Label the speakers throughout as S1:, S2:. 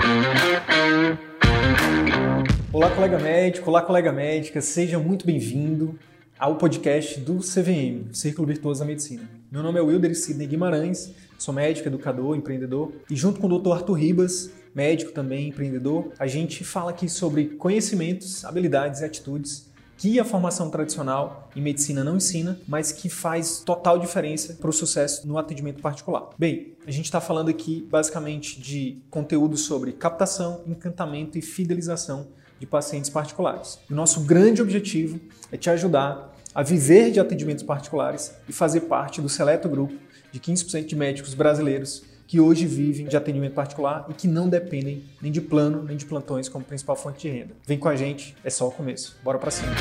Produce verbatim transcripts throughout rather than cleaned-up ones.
S1: Olá, colega médico, olá, colega médica, seja muito bem-vindo ao podcast do C V M, Círculo Virtuoso da Medicina. Meu nome é Wilder Sidney Guimarães, sou médico, educador, empreendedor e junto com o doutor Arthur Ribas, médico também, empreendedor, a gente fala aqui sobre conhecimentos, habilidades e atitudes que a formação tradicional em medicina não ensina, mas que faz total diferença para o sucesso no atendimento particular. Bem, a gente está falando aqui basicamente de conteúdo sobre captação, encantamento e fidelização de pacientes particulares. O nosso grande objetivo é te ajudar a viver de atendimentos particulares e fazer parte do seleto grupo de quinze por cento de médicos brasileiros que hoje vivem de atendimento particular e que não dependem nem de plano, nem de plantões como principal fonte de renda. Vem com a gente, é só o começo. Bora pra cima.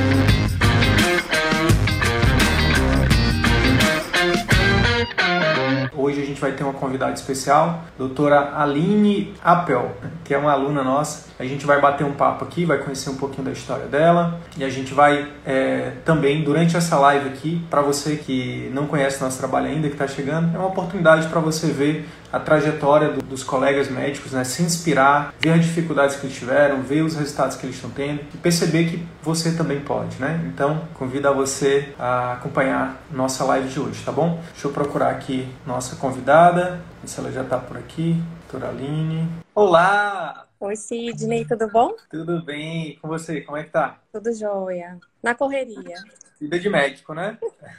S1: Hoje a gente vai ter uma convidada especial, doutora Aline Appel, que é uma aluna nossa. A gente vai bater um papo aqui, vai conhecer um pouquinho da história dela e a gente vai é, também, durante essa live aqui, para você que não conhece nosso trabalho ainda, que está chegando, é uma oportunidade para você ver a trajetória do, dos colegas médicos, né? Se inspirar, ver as dificuldades que eles tiveram, ver os resultados que eles estão tendo e perceber que você também pode, né? Então, convido a você a acompanhar nossa live de hoje, tá bom? Deixa eu procurar aqui nossa convidada, ver se ela já está por aqui, doutora Aline. Olá!
S2: Oi, Sidney, tudo bom?
S1: Tudo bem, e com você, como é que tá?
S2: Tudo jóia. Na correria.
S1: Vida de médico, né?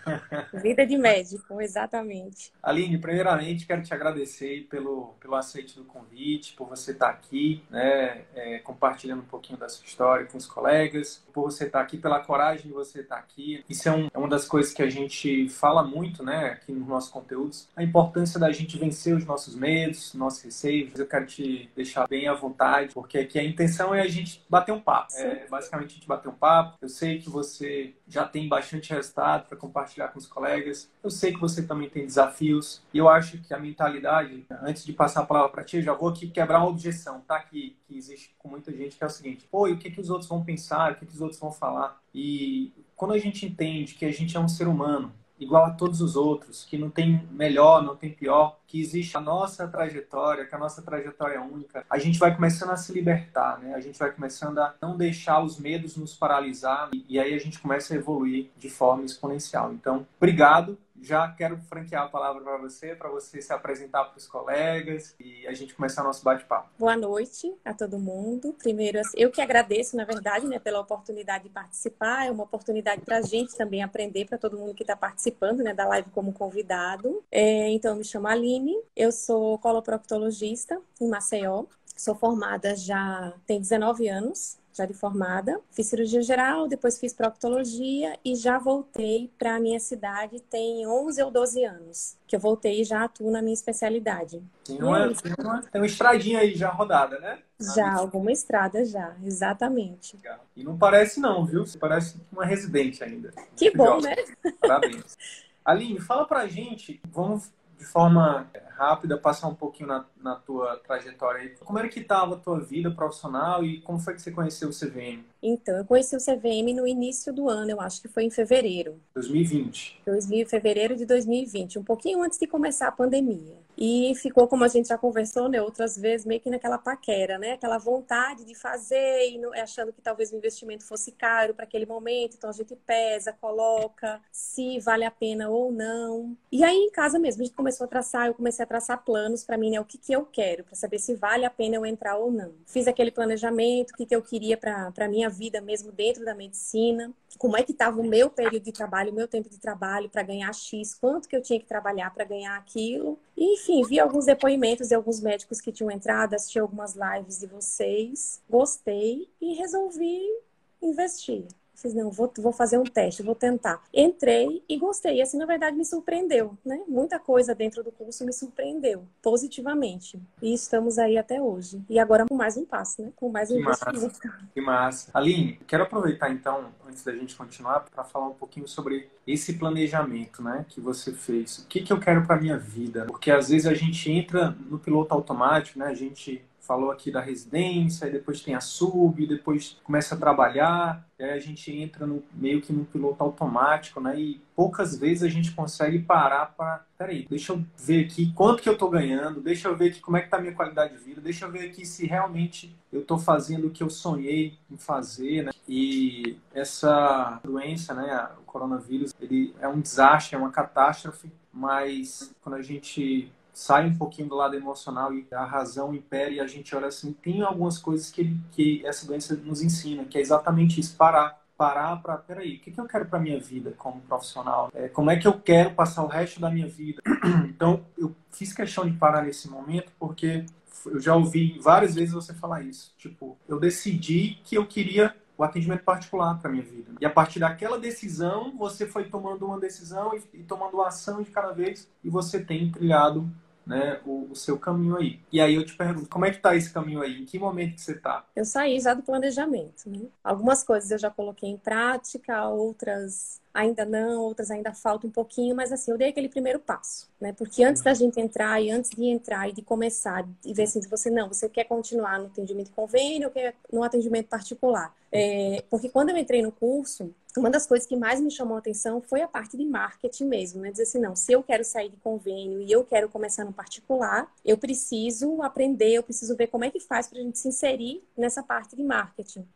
S2: Vida de médico, exatamente.
S1: Aline, primeiramente quero te agradecer pelo, pelo aceite do convite, por você estar aqui, né, é, compartilhando um pouquinho da sua história com os colegas, por você estar aqui, pela coragem de você estar aqui. Isso é, um, é uma das coisas que a gente fala muito, né, aqui nos nossos conteúdos, a importância da gente vencer os nossos medos, nossos receios. Eu quero te deixar bem à vontade, porque aqui a intenção é a gente bater um papo. É, basicamente a gente bater um papo. Eu sei que você já tem bastante resultado para compartilhar com os colegas. Eu sei que você também tem desafios e eu acho que a mentalidade, antes de passar a palavra para ti, eu já vou aqui quebrar uma objeção, tá? Que, que existe com muita gente, que é o seguinte: pô, e o que, que os outros vão pensar? O que, que os outros vão falar? E quando a gente entende que a gente é um ser humano igual a todos os outros, que não tem melhor, não tem pior, que existe a nossa trajetória, que a nossa trajetória é única, a gente vai começando a se libertar, né? A gente vai começando a não deixar os medos nos paralisar e, e aí a gente começa a evoluir de forma exponencial. Então, obrigado. Já quero franquear a palavra para você, para você se apresentar para os colegas e a gente começar nosso bate-papo.
S2: Boa noite a todo mundo. Primeiro, eu que agradeço, na verdade, né, pela oportunidade de participar. É uma oportunidade para a gente também aprender, para todo mundo que está participando, né, da live como convidado. É, então, eu me chamo Aline, eu sou coloproctologista em Maceió. Sou formada já tem dezenove anos. Já de formada, fiz cirurgia geral, depois fiz proctologia e já voltei para a minha cidade tem onze ou doze anos, que eu voltei e já atuo na minha especialidade.
S1: Tem uma, tem uma, tem uma estradinha aí já rodada, né?
S2: Já, alguma estrada já, exatamente.
S1: Legal. E não parece não, viu? Você parece uma residente ainda.
S2: Que bom, né?
S1: Parabéns. Aline, fala pra gente, vamos de forma rápida passar um pouquinho na, na tua trajetória aí. Como era que estava a tua vida profissional e como foi que você conheceu o C V M?
S2: Então, eu conheci o C V M no início do ano, eu acho que foi em fevereiro.
S1: dois mil e vinte.
S2: dois mil, fevereiro de dois mil e vinte, um pouquinho antes de começar a pandemia. E ficou, como a gente já conversou, né, outras vezes, meio que naquela paquera, né? Aquela vontade de fazer e não, achando que talvez o investimento fosse caro para aquele momento. Então, a gente pesa, coloca se vale a pena ou não. E aí, em casa mesmo, a gente começou a traçar, eu comecei a traçar planos para mim, né? O que, que eu quero, para saber se vale a pena eu entrar ou não. Fiz aquele planejamento, o que, que eu queria para a minha vida mesmo dentro da medicina. Como é que estava o meu período de trabalho, o meu tempo de trabalho para ganhar X, quanto que eu tinha que trabalhar para ganhar aquilo. E, enfim, vi alguns depoimentos de alguns médicos que tinham entrado, assisti algumas lives de vocês, gostei e resolvi investir. Fiz, não, vou, vou fazer um teste, vou tentar. Entrei e gostei. E assim, na verdade, me surpreendeu, né? Muita coisa dentro do curso me surpreendeu, positivamente. E estamos aí até hoje. E agora com mais um passo, né? Com mais um investimento.
S1: Que massa. Aline, quero aproveitar então, antes da gente continuar, para falar um pouquinho sobre esse planejamento, né? Que você fez. O que, que eu quero para minha vida? Porque às vezes a gente entra no piloto automático, né? A gente falou aqui da residência, depois tem a sub, depois começa a trabalhar, e aí a gente entra no, meio que no piloto automático, né? E poucas vezes a gente consegue parar para, peraí, deixa eu ver aqui quanto que eu estou ganhando, deixa eu ver aqui como é que está a minha qualidade de vida, deixa eu ver aqui se realmente eu estou fazendo o que eu sonhei em fazer, né? E essa doença, né, o coronavírus, ele é um desastre, é uma catástrofe, mas quando a gente sai um pouquinho do lado emocional e a razão impera e a gente olha assim, tem algumas coisas que, que essa doença nos ensina, que é exatamente isso, parar. Parar para, peraí, o que, que eu quero para minha vida como profissional? É, como é que eu quero passar o resto da minha vida? Então, eu fiz questão de parar nesse momento porque eu já ouvi várias vezes você falar isso. Tipo, eu decidi que eu queria o atendimento particular para minha vida. E a partir daquela decisão, você foi tomando uma decisão e, e tomando uma ação de cada vez e você tem trilhado, né, o, o seu caminho aí. E aí eu te pergunto, como é que tá esse caminho aí? Em que momento que você tá?
S2: Eu saí já do planejamento, né? Algumas coisas eu já coloquei em prática, outras ainda não, outras ainda faltam um pouquinho, mas assim, eu dei aquele primeiro passo, né? Porque antes da gente entrar e antes de entrar e de começar e ver assim, se você não, você quer continuar no atendimento de convênio ou quer no atendimento particular. É, porque quando eu entrei no curso, uma das coisas que mais me chamou a atenção foi a parte de marketing mesmo, né? Dizer assim, não, se eu quero sair de convênio e eu quero começar no particular, eu preciso aprender, eu preciso ver como é que faz para a gente se inserir nessa parte de marketing.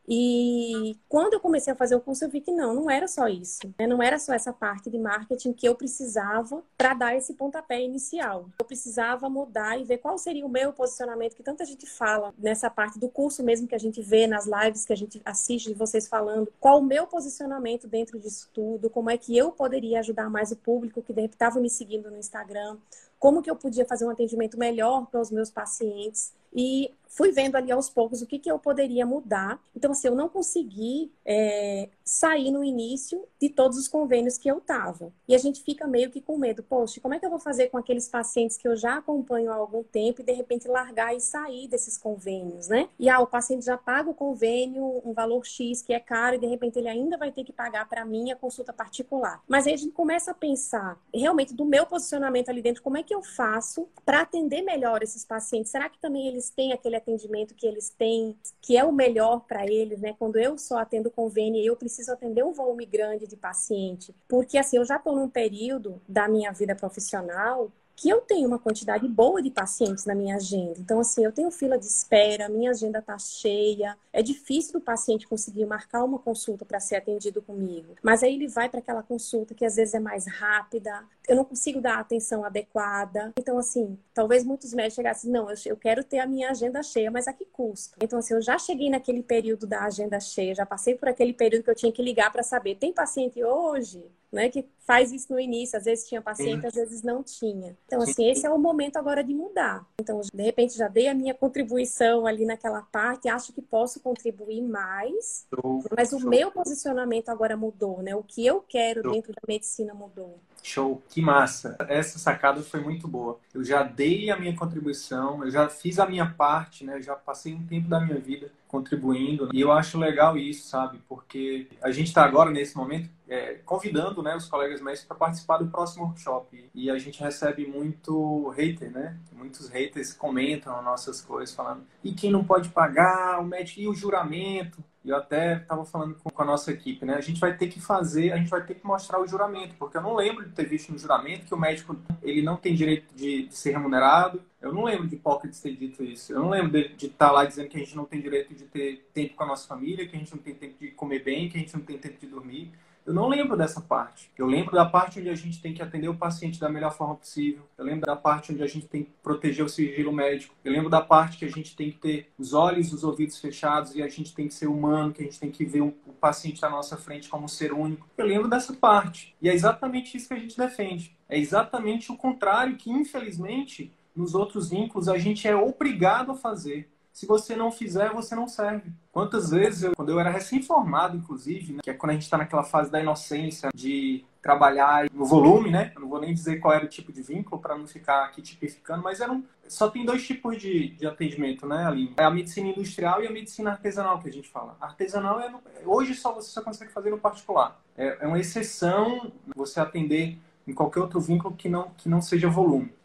S2: E quando eu comecei a fazer o curso, eu vi que não, não era só isso, né? Não era só essa parte de marketing que eu precisava para dar esse pontapé inicial. Eu precisava mudar e ver qual seria o meu posicionamento, que tanta gente fala nessa parte do curso mesmo que a gente vê nas lives, que a gente assiste de vocês falando, qual o meu posicionamento dentro disso tudo, como é que eu poderia ajudar mais o público que de repente estava me seguindo no Instagram, como que eu podia fazer um atendimento melhor para os meus pacientes. E fui vendo ali aos poucos o que, que eu poderia mudar. Então, assim, eu não consegui é, sair no início de todos os convênios que eu estava. E a gente fica meio que com medo. Poxa, como é que eu vou fazer com aqueles pacientes que eu já acompanho há algum tempo e, de repente, largar e sair desses convênios, né? E, ah, o paciente já paga o convênio, um valor X que é caro, e, de repente, ele ainda vai ter que pagar para mim a consulta particular. Mas aí a gente começa a pensar, realmente, do meu posicionamento ali dentro, como é que eu faço para atender melhor esses pacientes? Será que também eles têm aquele atendimento que eles têm, que é o melhor para eles, né? Quando eu só atendo convênio, eu preciso atender um volume grande de paciente. Porque, assim, eu já estou num período da minha vida profissional que eu tenho uma quantidade boa de pacientes na minha agenda. Então, assim, eu tenho fila de espera, minha agenda está cheia. É difícil do paciente conseguir marcar uma consulta para ser atendido comigo. Mas aí ele vai para aquela consulta que às vezes é mais rápida. Eu não consigo dar a atenção adequada. Então, assim, talvez muitos médicos chegassem, não, eu quero ter a minha agenda cheia, mas a que custo? Então, assim, eu já cheguei naquele período da agenda cheia, já passei por aquele período que eu tinha que ligar para saber, tem paciente hoje? Né, que faz isso no início, às vezes tinha paciente,
S1: Sim.
S2: às vezes não tinha. Então,
S1: Sim.
S2: assim, esse é o momento agora de mudar. Então, de repente, já dei a minha contribuição ali naquela parte, acho que posso contribuir mais,
S1: Show,
S2: mas o
S1: show,
S2: meu posicionamento agora mudou, né? O que eu quero
S1: show.
S2: dentro da medicina mudou.
S1: Show, que massa. Essa sacada foi muito boa. Eu já dei a minha contribuição, eu já fiz a minha parte, né? Eu já passei um tempo da minha vida contribuindo. E eu acho legal isso, sabe? Porque a gente está agora, nesse momento, é, convidando, né, os colegas médicos para participar do próximo workshop. E a gente recebe muito hater, né? Muitos haters comentam nossas coisas, falando e quem não pode pagar, o médico e o juramento. E eu até estava falando com a nossa equipe, né? A gente vai ter que fazer, a gente vai ter que mostrar o juramento, porque eu não lembro de ter visto no juramento que o médico ele não tem direito de, de ser remunerado. Eu não lembro de Hipócrates ter dito isso. Eu não lembro de, de estar lá dizendo que a gente não tem direito de ter tempo com a nossa família, que a gente não tem tempo de comer bem, que a gente não tem tempo de dormir. Eu não lembro dessa parte. Eu lembro da parte onde a gente tem que atender o paciente da melhor forma possível. Eu lembro da parte onde a gente tem que proteger o sigilo médico. Eu lembro da parte que a gente tem que ter os olhos e os ouvidos fechados e a gente tem que ser humano, que a gente tem que ver o paciente na nossa frente como um ser único. Eu lembro dessa parte. E é exatamente isso que a gente defende. É exatamente o contrário que, infelizmente, nos outros vínculos a gente é obrigado a fazer. Se você não fizer, você não serve. Quantas vezes, eu, quando eu era recém-formado, inclusive, né, que é quando a gente está naquela fase da inocência, de trabalhar no volume, né? Eu não vou nem dizer qual era o tipo de vínculo para não ficar aqui tipificando, mas era um, só tem dois tipos de, de atendimento, né, Aline? É a medicina industrial e a medicina artesanal que a gente fala. Artesanal, é no, hoje só você só consegue fazer no particular. É, é uma exceção você atender em qualquer outro vínculo que não, que não seja volume.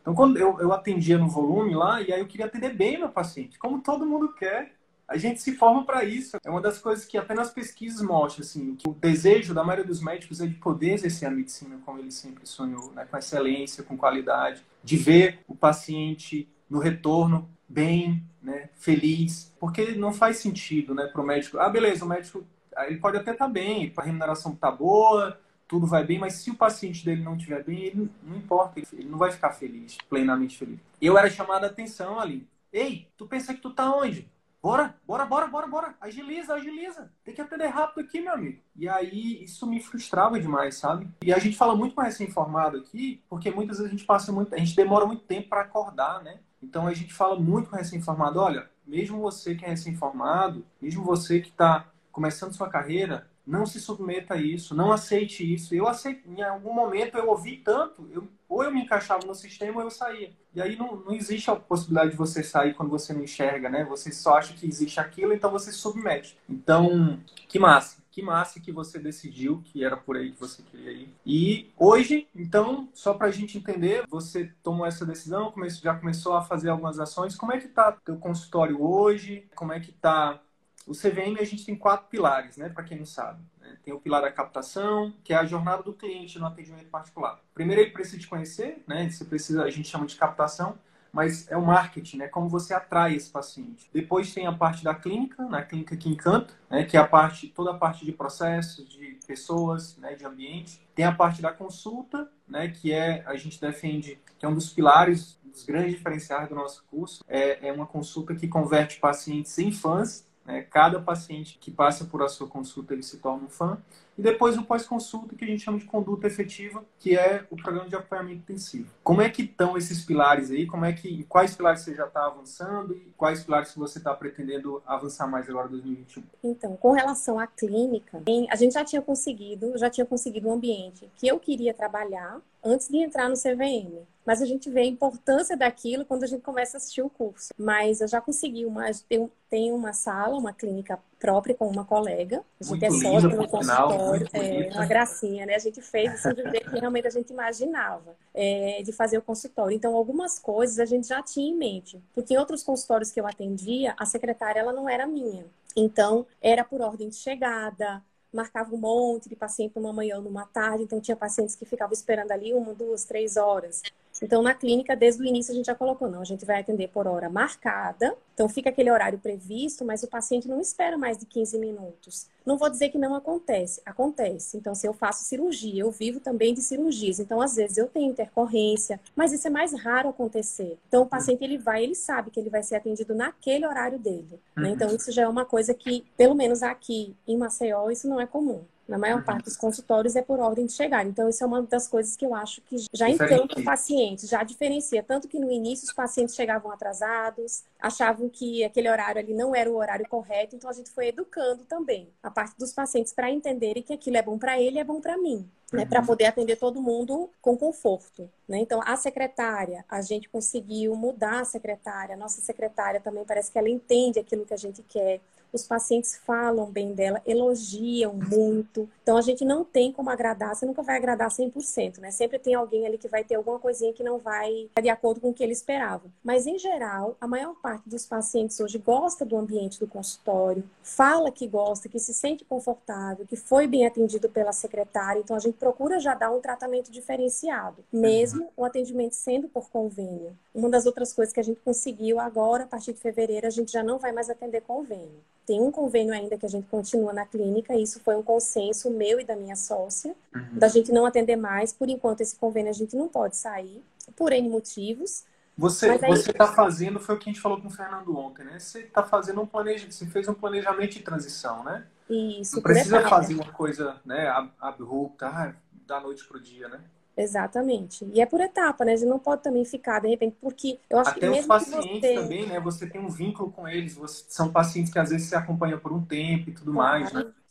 S1: Então, quando eu, eu atendia no volume lá, e aí eu queria atender bem meu paciente, como todo mundo quer. A gente se forma para isso. É uma das coisas que até nas pesquisas mostra, assim, que o desejo da maioria dos médicos é de poder exercer a medicina como ele sempre sonhou, né? Com excelência, com qualidade, de ver o paciente no retorno bem, né? Feliz, porque não faz sentido, né, para o médico. Ah, beleza, o médico ele pode até estar bem, a remuneração está boa, tudo vai bem, mas se o paciente dele não estiver bem, ele não importa, ele não vai ficar feliz, plenamente feliz. Eu era chamado a atenção ali. Ei, tu pensa que tu tá onde? Bora, bora, bora, bora, bora. Agiliza, agiliza. Tem que atender rápido aqui, meu amigo. E aí, isso me frustrava demais, sabe? E a gente fala muito com recém-formado aqui, porque muitas vezes a gente passa muito, a gente demora muito tempo para acordar, né? Então a gente fala muito com recém-formado, olha, mesmo você que é recém-formado, mesmo você que está começando sua carreira, não se submeta a isso, não aceite isso. Eu aceito, em algum momento eu ouvi tanto, eu, ou eu me encaixava no sistema ou eu saía. E aí não, não existe a possibilidade de você sair quando você não enxerga, né? Você só acha que existe aquilo, então você se submete. Então, que massa. Que massa que você decidiu que era por aí que você queria ir. E hoje, então, só para a gente entender, você tomou essa decisão, já começou a fazer algumas ações. Como é que está o teu consultório hoje? Como é que está... O C V M, a gente tem quatro pilares, né? Para quem não sabe. Tem o pilar da captação, que é a jornada do cliente no atendimento particular. Primeiro, ele precisa te conhecer, né? Você precisa, a gente chama de captação, mas é o marketing, né? Como você atrai esse paciente. Depois tem a parte da clínica, na clínica que encanta, né? Que é a parte, toda a parte de processos, de pessoas, né? De ambiente. Tem a parte da consulta, né? Que é, a gente defende, que é um dos pilares, um dos grandes diferenciais do nosso curso. É, é uma consulta que converte pacientes em fãs. Né? Cada paciente que passa por a sua consulta, ele se torna um fã. E depois o pós-consulta, que a gente chama de conduta efetiva, que é o programa de acompanhamento intensivo. Como é que estão esses pilares aí? Como é que, quais pilares você já está avançando e quais pilares que você está pretendendo avançar mais agora em dois mil e vinte e um?
S2: Então, com relação à clínica, a gente já tinha conseguido, já tinha conseguido um ambiente que eu queria trabalhar antes de entrar no C V M. Mas a gente vê a importância daquilo quando a gente começa a assistir o curso. Mas eu já consegui uma... Tenho, tenho uma sala, uma clínica própria com uma colega. A gente
S1: muito
S2: é
S1: linda,
S2: sócio no
S1: final,
S2: consultório. É uma gracinha, né? A gente fez assim do jeito que realmente a gente imaginava é, de fazer o consultório. Então, algumas coisas a gente já tinha em mente. Porque em outros consultórios que eu atendia, a secretária ela não era minha. Então, era por ordem de chegada, marcava um monte de paciente numa manhã ou numa tarde, então tinha pacientes que ficavam esperando ali uma, duas, três horas. Então, na clínica, desde o início, a gente já colocou, não, a gente vai atender por hora marcada, então fica aquele horário previsto, mas o paciente não espera mais de quinze minutos. Não vou dizer que não acontece, acontece. Então, se eu faço cirurgia, eu vivo também de cirurgias, então, às vezes, eu tenho intercorrência, mas isso é mais raro acontecer. Então, o paciente, ele vai, ele sabe que ele vai ser atendido naquele horário dele, né? Então, isso já é uma coisa que, pelo menos aqui em Maceió, isso não é comum. Na maior parte dos consultórios é por ordem de chegada. Então, isso é uma das coisas que eu acho que já encanta o paciente, já diferencia. Tanto que no início os pacientes chegavam atrasados, achavam que aquele horário ali não era o horário correto. Então, a gente foi educando também a parte dos pacientes para entenderem que aquilo é bom para ele e é bom para mim. Né, para poder atender todo mundo com conforto. Né? Então, a secretária, a gente conseguiu mudar a secretária. A nossa secretária também parece que ela entende aquilo que a gente quer. Os pacientes falam bem dela, elogiam muito. Então, a gente não tem como agradar, você nunca vai agradar cem por cento, né? Sempre tem alguém ali que vai ter alguma coisinha que não vai de acordo com o que ele esperava. Mas, em geral, a maior parte dos pacientes hoje gosta do ambiente do consultório, fala que gosta, que se sente confortável, que foi bem atendido pela secretária. Então, a gente procura já dar um tratamento diferenciado, mesmo o atendimento sendo por convênio. Uma das outras coisas que a gente conseguiu agora, a partir de fevereiro, a gente já não vai mais atender convênio. Tem um convênio ainda que a gente continua na clínica, e isso foi um consenso meu e da minha sócia, uhum. da gente não atender mais. Por enquanto, esse convênio a gente não pode sair, por N motivos.
S1: Você aí... você está fazendo, foi o que a gente falou com o Fernando ontem, né? Você está fazendo um planejamento, você fez um planejamento de transição, né?
S2: Isso.
S1: Não precisa fazer uma coisa, né, abrupta, ah, da noite pro dia, né?
S2: Exatamente. E é por etapa, né? A gente não pode também ficar, de repente, porque eu acho
S1: Até
S2: que mesmo
S1: os pacientes
S2: você...
S1: também, né? Você tem um vínculo com eles. Você... São pacientes que às vezes se acompanham por um tempo e tudo
S2: claro.
S1: mais, né?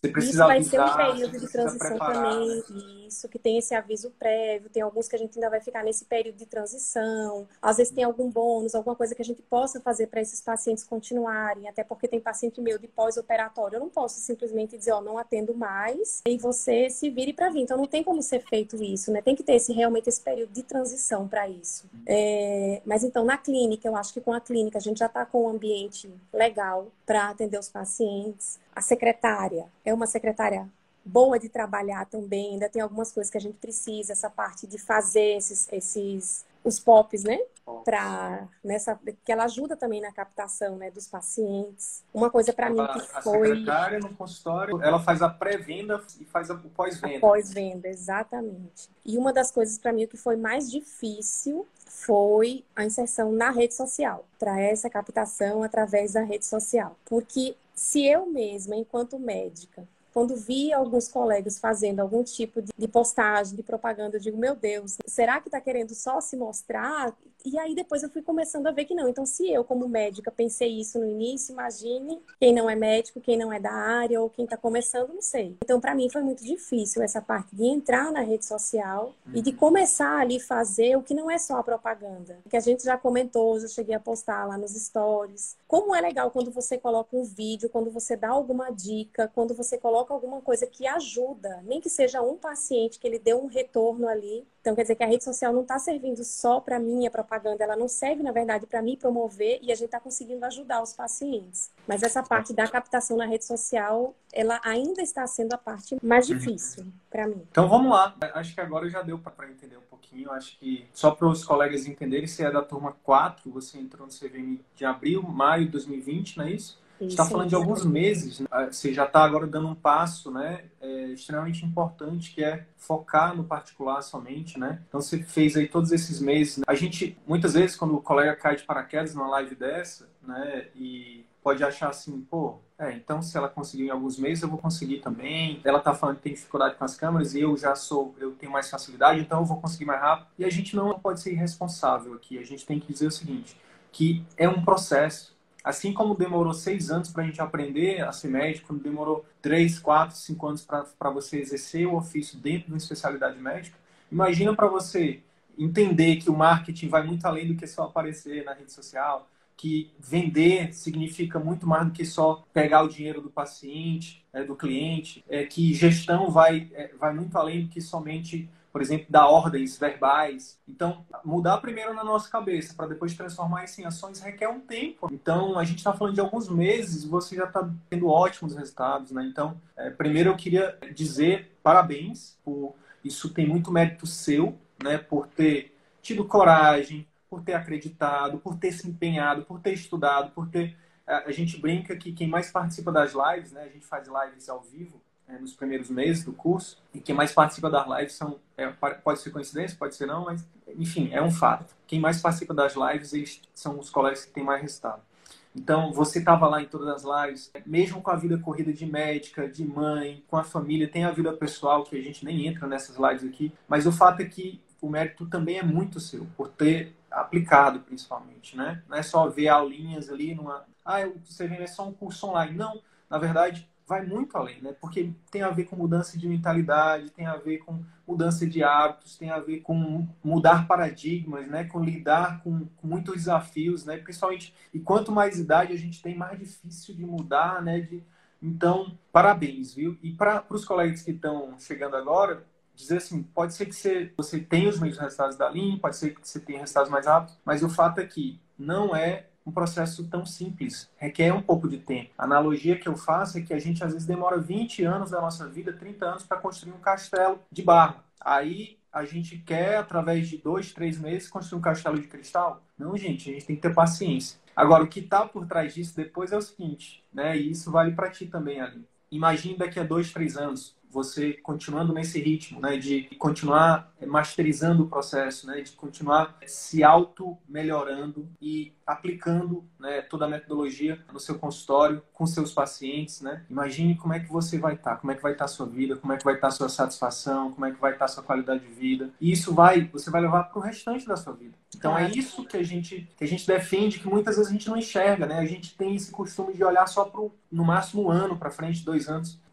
S1: Você precisa
S2: Isso vai ser um
S1: avisar, você
S2: período de
S1: precisa
S2: transição
S1: preparar.
S2: também, isso que tem esse aviso prévio, tem alguns que a gente ainda vai ficar nesse período de transição, às vezes tem algum bônus, alguma coisa que a gente possa fazer para esses pacientes continuarem, até porque tem paciente meu de pós-operatório, eu não posso simplesmente dizer, ó, não atendo mais, e você se vire para vir, então não tem como ser feito isso, né? Tem que ter esse, realmente esse período de transição para isso. É, mas então, na clínica, eu acho que com a clínica a gente já está com um ambiente legal para atender os pacientes. A secretária é uma secretária boa de trabalhar também, ainda tem algumas coisas que a gente precisa, essa parte de fazer esses, esses os POPs, né? Pra, nessa, que ela ajuda também na captação, né, dos pacientes. Uma coisa para mim que
S1: A
S2: foi
S1: secretária no consultório, ela faz a pré-venda e faz o
S2: a
S1: pós-venda.
S2: pós-venda, exatamente. E uma das coisas para mim que foi mais difícil foi a inserção na rede social, para essa captação através da rede social. Porque se eu mesma, enquanto médica, quando vi alguns colegas fazendo algum tipo de postagem, de propaganda, eu digo, meu Deus, será que está querendo só se mostrar? E aí depois eu fui começando a ver que não. Então, se eu, como médica, pensei isso no início, imagine quem não é médico, quem não é da área ou quem está começando, não sei. Então, para mim foi muito difícil essa parte de entrar na rede social e de começar ali fazer o que não é só a propaganda. Que a gente já comentou, já cheguei a postar lá nos stories. Como é legal quando você coloca um vídeo, quando você dá alguma dica, quando você coloca alguma coisa que ajuda, nem que seja um paciente que ele dê um retorno ali. Então, quer dizer que a rede social não está servindo só para minha propaganda, ela não serve, na verdade, para me promover e a gente está conseguindo ajudar os pacientes. Mas essa parte da captação na rede social, ela ainda está sendo a parte mais difícil para mim.
S1: Então, vamos lá. Acho que agora já deu para entender um pouquinho. Acho que só para os colegas entenderem, se é da turma quatro, você entrou no C V M de abril, maio de dois mil e vinte, não é isso? A gente está falando de alguns meses, né? Você já está agora dando um passo, né, é, extremamente importante, que é focar no particular somente, né? Então você fez aí todos esses meses, né? A gente, muitas vezes, quando o colega cai de paraquedas numa live dessa, né, e pode achar assim, pô, é, então se ela conseguiu em alguns meses, eu vou conseguir também. Ela tá falando que tem dificuldade com as câmeras e eu já sou, eu tenho mais facilidade, então eu vou conseguir mais rápido. E a gente não pode ser irresponsável aqui. A gente tem que dizer o seguinte, que é um processo. Assim como demorou seis anos para a gente aprender a ser médico, demorou três, quatro, cinco anos para você exercer o ofício dentro de uma especialidade médica, imagina para você entender que o marketing vai muito além do que só aparecer na rede social, que vender significa muito mais do que só pegar o dinheiro do paciente, é, do cliente, é, que gestão vai, é, vai muito além do que somente, por exemplo, dar ordens verbais. Então, mudar primeiro na nossa cabeça, para depois transformar isso em ações, requer um tempo. Então, a gente está falando de alguns meses e você já está tendo ótimos resultados, né? Então, é, primeiro eu queria dizer parabéns, por isso tem muito mérito seu, né? Por ter tido coragem, por ter acreditado, por ter se empenhado, por ter estudado, por ter... A gente brinca que quem mais participa das lives, né? A gente faz lives ao vivo, é, nos primeiros meses do curso, e quem mais participa das lives são, é, pode ser coincidência, pode ser não, mas enfim, é um fato. Quem mais participa das lives eles são os colegas que têm mais resultado. Então, você estava lá em todas as lives, mesmo com a vida corrida de médica, de mãe, com a família, tem a vida pessoal, que a gente nem entra nessas lives aqui, mas o fato é que o mérito também é muito seu, por ter aplicado, principalmente, né? Não é só ver aulinhas ali numa... Ah, você vê, é só um curso online. Não, na verdade, vai muito além, né? Porque tem a ver com mudança de mentalidade, tem a ver com mudança de hábitos, tem a ver com mudar paradigmas, né? Com lidar com, com muitos desafios, né? Principalmente, e quanto mais idade a gente tem, mais difícil de mudar, né? De... Então, parabéns, viu? E para os colegas que estão chegando agora, dizer assim, pode ser que você, você tenha os mesmos resultados da linha, pode ser que você tenha resultados mais rápidos, mas o fato é que não é um processo tão simples, requer um pouco de tempo. A analogia que eu faço é que a gente às vezes demora vinte anos da nossa vida, trinta anos para construir um castelo de barro. Aí a gente quer, através de dois, três meses, construir um castelo de cristal? Não, gente, a gente tem que ter paciência. Agora, o que está por trás disso depois é o seguinte, né? E isso vale para ti também, Ali. Imagine daqui a dois, três anos, você continuando nesse ritmo, né, de continuar masterizando o processo, né, de continuar se auto-melhorando e aplicando, né, toda a metodologia no seu consultório, com seus pacientes, né? Imagine como é que você vai estar, como é que vai estar a sua vida, como é que vai estar a sua satisfação, como é que vai estar a sua qualidade de vida. E isso vai, você vai levar para o restante da sua vida. Então é isso que a gente, que a gente defende, que muitas vezes a gente não enxerga, né? A gente tem esse costume de olhar só para no máximo um ano para frente, dois anos.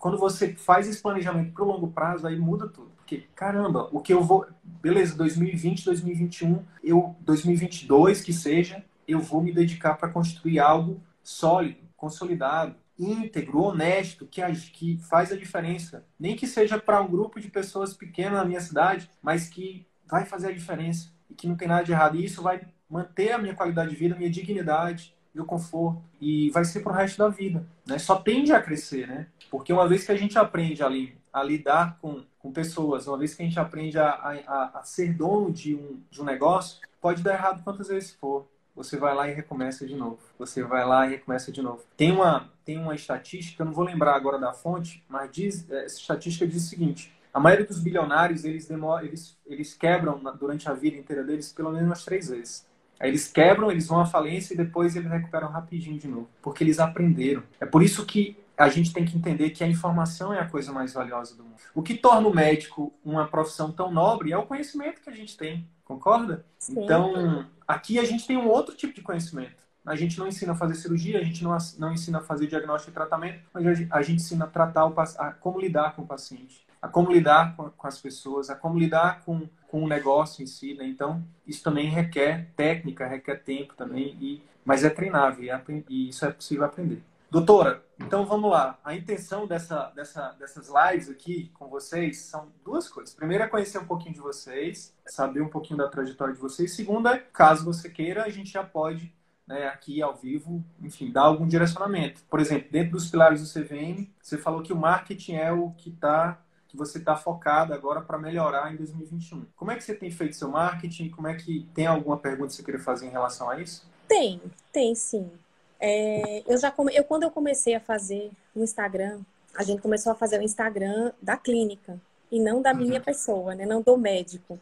S1: quando você faz esse planejamento para o longo prazo, aí muda tudo. Porque, caramba, o que eu vou... Beleza, dois mil e vinte, dois mil e vinte e um, eu, dois mil e vinte e dois, que seja, eu vou me dedicar para construir algo sólido, consolidado, íntegro, honesto, que, que faz a diferença. Nem que seja para um grupo de pessoas pequenas na minha cidade, mas que vai fazer a diferença. E que não tem nada de errado. E isso vai manter a minha qualidade de vida, a minha dignidade, meu conforto. E vai ser para o resto da vida. Né? Só tende a crescer, né? Porque uma vez que a gente aprende ali a lidar com, com pessoas, uma vez que a gente aprende a, a, a ser dono de um, de um negócio, pode dar errado quantas vezes for. Você vai lá e recomeça de novo. Você vai lá e recomeça de novo. Tem uma, tem uma estatística, eu não vou lembrar agora da fonte, mas diz, essa estatística diz o seguinte: a maioria dos bilionários, eles, demoram, eles, eles quebram durante a vida inteira deles pelo menos umas três vezes. Aí eles quebram, eles vão à falência e depois eles recuperam rapidinho de novo. Porque eles aprenderam. É por isso que a gente tem que entender que a informação é a coisa mais valiosa do mundo. O que torna o médico uma profissão tão nobre é o conhecimento que a gente tem. Concorda?
S2: Sim.
S1: Então, aqui a gente tem um outro tipo de conhecimento. A gente não ensina a fazer cirurgia, a gente não, não ensina a fazer diagnóstico e tratamento, mas a gente, a gente ensina a tratar o a como lidar com o paciente, a como lidar com, com as pessoas, a como lidar com, com o negócio em si. Né? Então, isso também requer técnica, requer tempo também, e, mas é treinável e, e isso é possível aprender. Doutora, então vamos lá. A intenção dessa, dessa, dessas lives aqui com vocês são duas coisas. Primeiro é conhecer um pouquinho de vocês, saber um pouquinho da trajetória de vocês. Segundo é, caso você queira, a gente já pode, né, aqui ao vivo, enfim, dar algum direcionamento. Por exemplo, dentro dos pilares do C V M, você falou que o marketing é o que, tá, que você está focado agora para melhorar em dois mil e vinte e um. Como é que você tem feito seu marketing? Como é que tem alguma pergunta que você queria fazer em relação a isso?
S2: Tem, tem sim. É, eu já come... eu, quando eu comecei a fazer o Instagram, a gente começou a fazer o Instagram da clínica e não da minha pessoa, né? Não do médico.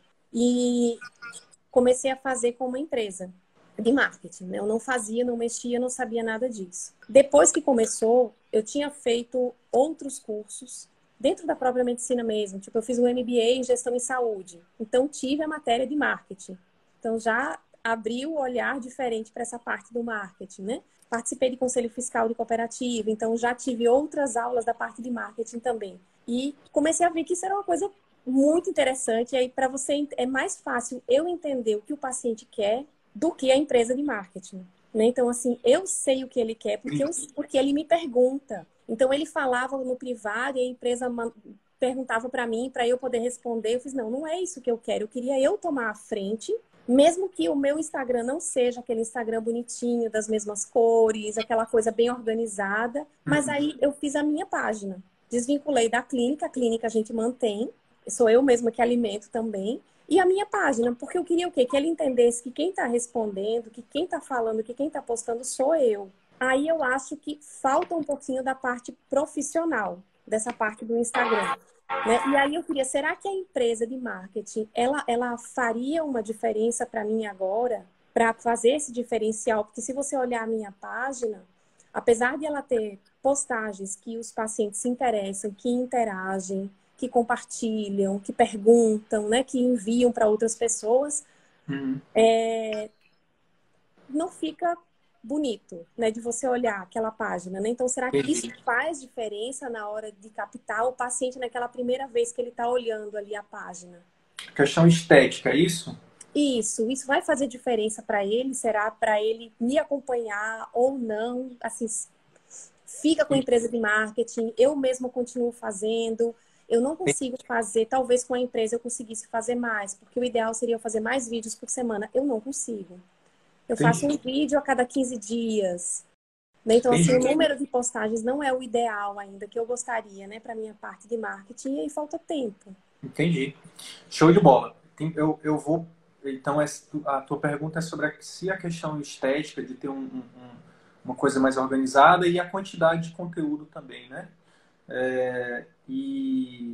S2: E comecei a fazer com uma empresa de marketing, né? Eu não fazia, não mexia, não sabia nada disso. Depois que começou, eu tinha feito outros cursos dentro da própria medicina mesmo. Tipo, eu fiz um M B A em gestão em saúde. Então, tive a matéria de marketing. Então, já abriu o olhar diferente para essa parte do marketing, né? Participei de conselho fiscal de cooperativa, então já tive outras aulas da parte de marketing também. E comecei a ver que isso era uma coisa muito interessante. E aí, para você, é mais fácil eu entender o que o paciente quer do que a empresa de marketing. Né? Então, assim, eu sei o que ele quer porque, eu, porque ele me pergunta. Então, ele falava no privado e a empresa perguntava para mim, para eu poder responder. Eu fiz, não, não é isso que eu quero. Eu queria eu tomar a frente. Mesmo que o meu Instagram não seja aquele Instagram bonitinho, das mesmas cores, aquela coisa bem organizada, mas aí eu fiz a minha página. Desvinculei da clínica, a clínica a gente mantém, sou eu mesma que alimento também, e a minha página, porque eu queria o quê? Que ele entendesse que quem está respondendo, que quem está falando, que quem está postando sou eu. Aí eu acho que falta um pouquinho da parte profissional, dessa parte do Instagram. Né? E aí eu queria, será que a empresa de marketing, ela, ela faria uma diferença para mim agora, para fazer esse diferencial? Porque se você olhar a minha página, apesar de ela ter postagens que os pacientes se interessam, que interagem, que compartilham, que perguntam, né? Que enviam para outras pessoas, uhum. é, não fica bonito, né, de você olhar aquela página, né? Então, será que isso faz diferença na hora de captar o paciente naquela primeira vez que ele está olhando ali a página?
S1: Questão estética, é isso?
S2: Isso, isso vai fazer diferença para ele? Será para ele me acompanhar ou não? Assim, fica com a empresa de marketing, eu mesma continuo fazendo, eu não consigo fazer, talvez com a empresa eu conseguisse fazer mais, porque o ideal seria eu fazer mais vídeos por semana, eu não consigo. Eu Entendi. faço um vídeo a cada quinze dias. Né? Então, Entendi. assim, o número de postagens não é o ideal ainda, que eu gostaria, né, para minha parte de marketing, e aí falta tempo.
S1: Entendi. Show de bola. Eu, eu vou... Então, a tua pergunta é sobre a, se a questão estética de ter um, um, uma coisa mais organizada e a quantidade de conteúdo também, né? É, e,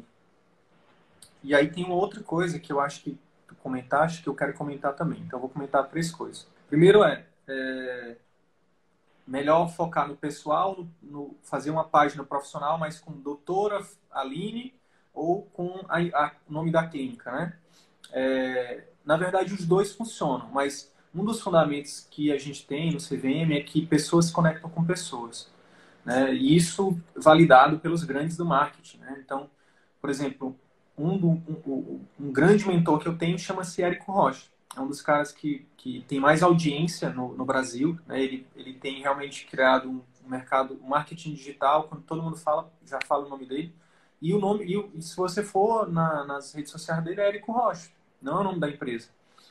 S1: e aí tem uma outra coisa que eu acho que tu comentaste, que eu quero comentar também. Então, eu vou comentar três coisas. Primeiro é, é melhor focar no pessoal, no, no fazer uma página profissional, mas com doutora Aline ou com a, a, o nome da clínica, né? É, na verdade, os dois funcionam, mas um dos fundamentos que a gente tem no C V M é que pessoas se conectam com pessoas. né? E isso validado pelos grandes do marketing, né? Então, por exemplo, um, do, um, um grande mentor que eu tenho chama-se Érico Rocha. É um dos caras que, que tem mais audiência no, no Brasil, né? Ele, ele tem realmente criado um, um mercado, um marketing digital, quando todo mundo fala, já fala o nome dele. E o nome, e, e se você for na, nas redes sociais dele, é Érico Rocha, não é o nome da empresa.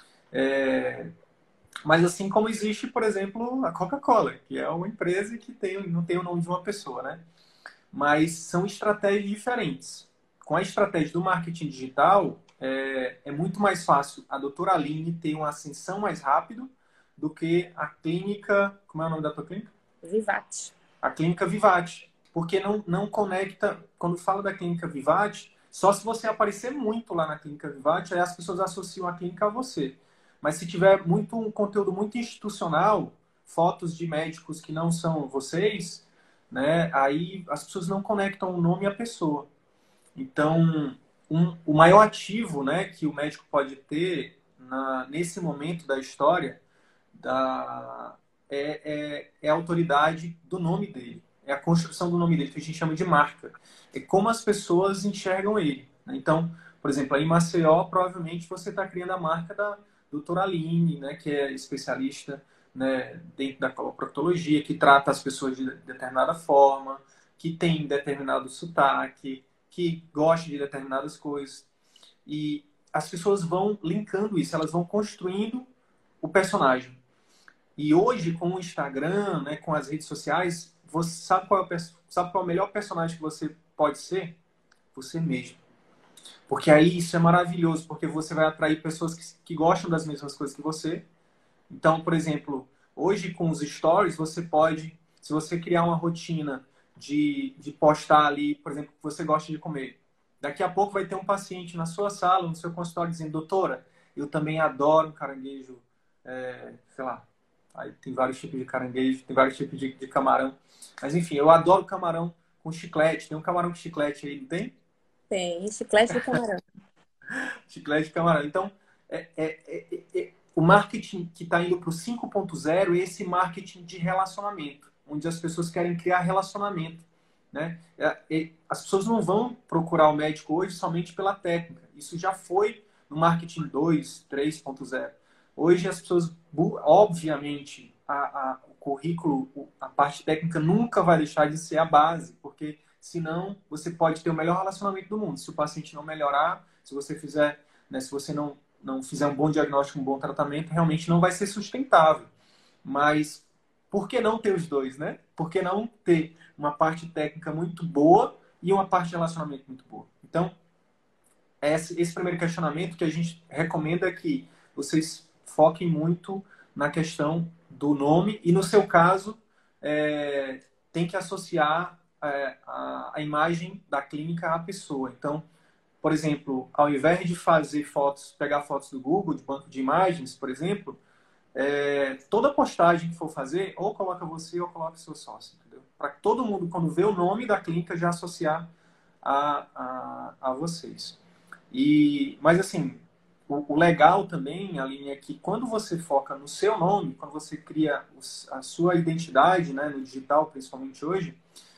S1: É, mas assim como existe, por exemplo, a Coca-Cola, que é uma empresa que tem, não tem o nome de uma pessoa, né? Mas são estratégias diferentes. Com a estratégia do marketing digital, é, é muito mais fácil a doutora Aline ter uma ascensão mais rápido do que a clínica... Como é o nome da tua clínica?
S2: Vivate.
S1: A clínica Vivate. Porque não, não conecta... Quando fala da clínica Vivate, só se você aparecer muito lá na clínica Vivate, aí as pessoas associam a clínica a você. Mas se tiver muito, um conteúdo muito institucional, fotos de médicos que não são vocês, né, aí as pessoas não conectam o nome à pessoa. Então, um, o maior ativo, né, que o médico pode ter na, nesse momento da história da, é, é, é a autoridade do nome dele. É a construção do nome dele, que a gente chama de marca. É como as pessoas enxergam ele, né? Então, por exemplo, aí em Maceió, provavelmente você está criando a marca da doutora Aline, né, que é especialista, né, dentro da coloproctologia, que trata as pessoas de determinada forma, que tem determinado sotaque, que gosta de determinadas coisas. E as pessoas vão linkando isso, elas vão construindo o personagem. E hoje, com o Instagram, né, com as redes sociais, você sabe qual, é o, sabe qual é o melhor personagem que você pode ser? Você mesmo. Porque aí isso é maravilhoso, porque você vai atrair pessoas que, que gostam das mesmas coisas que você. Então, por exemplo, hoje com os stories, você pode, se você criar uma rotina de, de postar ali, por exemplo, que você gosta de comer. Daqui a pouco vai ter um paciente na sua sala, no seu consultório, dizendo, doutora, eu também adoro um caranguejo, é, sei lá, aí tem vários tipos de caranguejo, tem vários tipos de, de camarão. Mas enfim, eu adoro camarão com chiclete. Tem um camarão com chiclete aí, não tem?
S2: Tem, chiclete de camarão.
S1: Chiclete de camarão. Então, é, é, é, é, o marketing que está indo para o cinco ponto zero é esse marketing de relacionamento, onde as pessoas querem criar relacionamento, né? É, é, as pessoas não vão procurar o médico hoje somente pela técnica. Isso já foi no marketing dois, três ponto zero. Hoje as pessoas, obviamente, a, a, o currículo, a parte técnica nunca vai deixar de ser a base, porque senão você pode ter o melhor relacionamento do mundo. Se o paciente não melhorar, se você fizer, né, se você não, não fizer um bom diagnóstico, um bom tratamento, realmente não vai ser sustentável. Mas por que não ter os dois, né? Por que não ter uma parte técnica muito boa e uma parte de relacionamento muito boa? Então, esse, esse primeiro questionamento que a gente recomenda é que vocês foquem muito na questão do nome e, no seu caso, é, tem que associar é, a, a imagem da clínica à pessoa. Então, por exemplo, ao invés de fazer fotos, pegar fotos do Google, de banco de imagens, por exemplo, é, toda postagem que for fazer, ou coloca você ou coloca seu sócio, entendeu? Para que todo mundo, quando vê o nome da clínica, já associar a, a, a vocês. E, mas assim, o, o legal também, Aline, é que quando você foca no seu nome, quando você cria os, a sua identidade, né, no digital, principalmente hoje,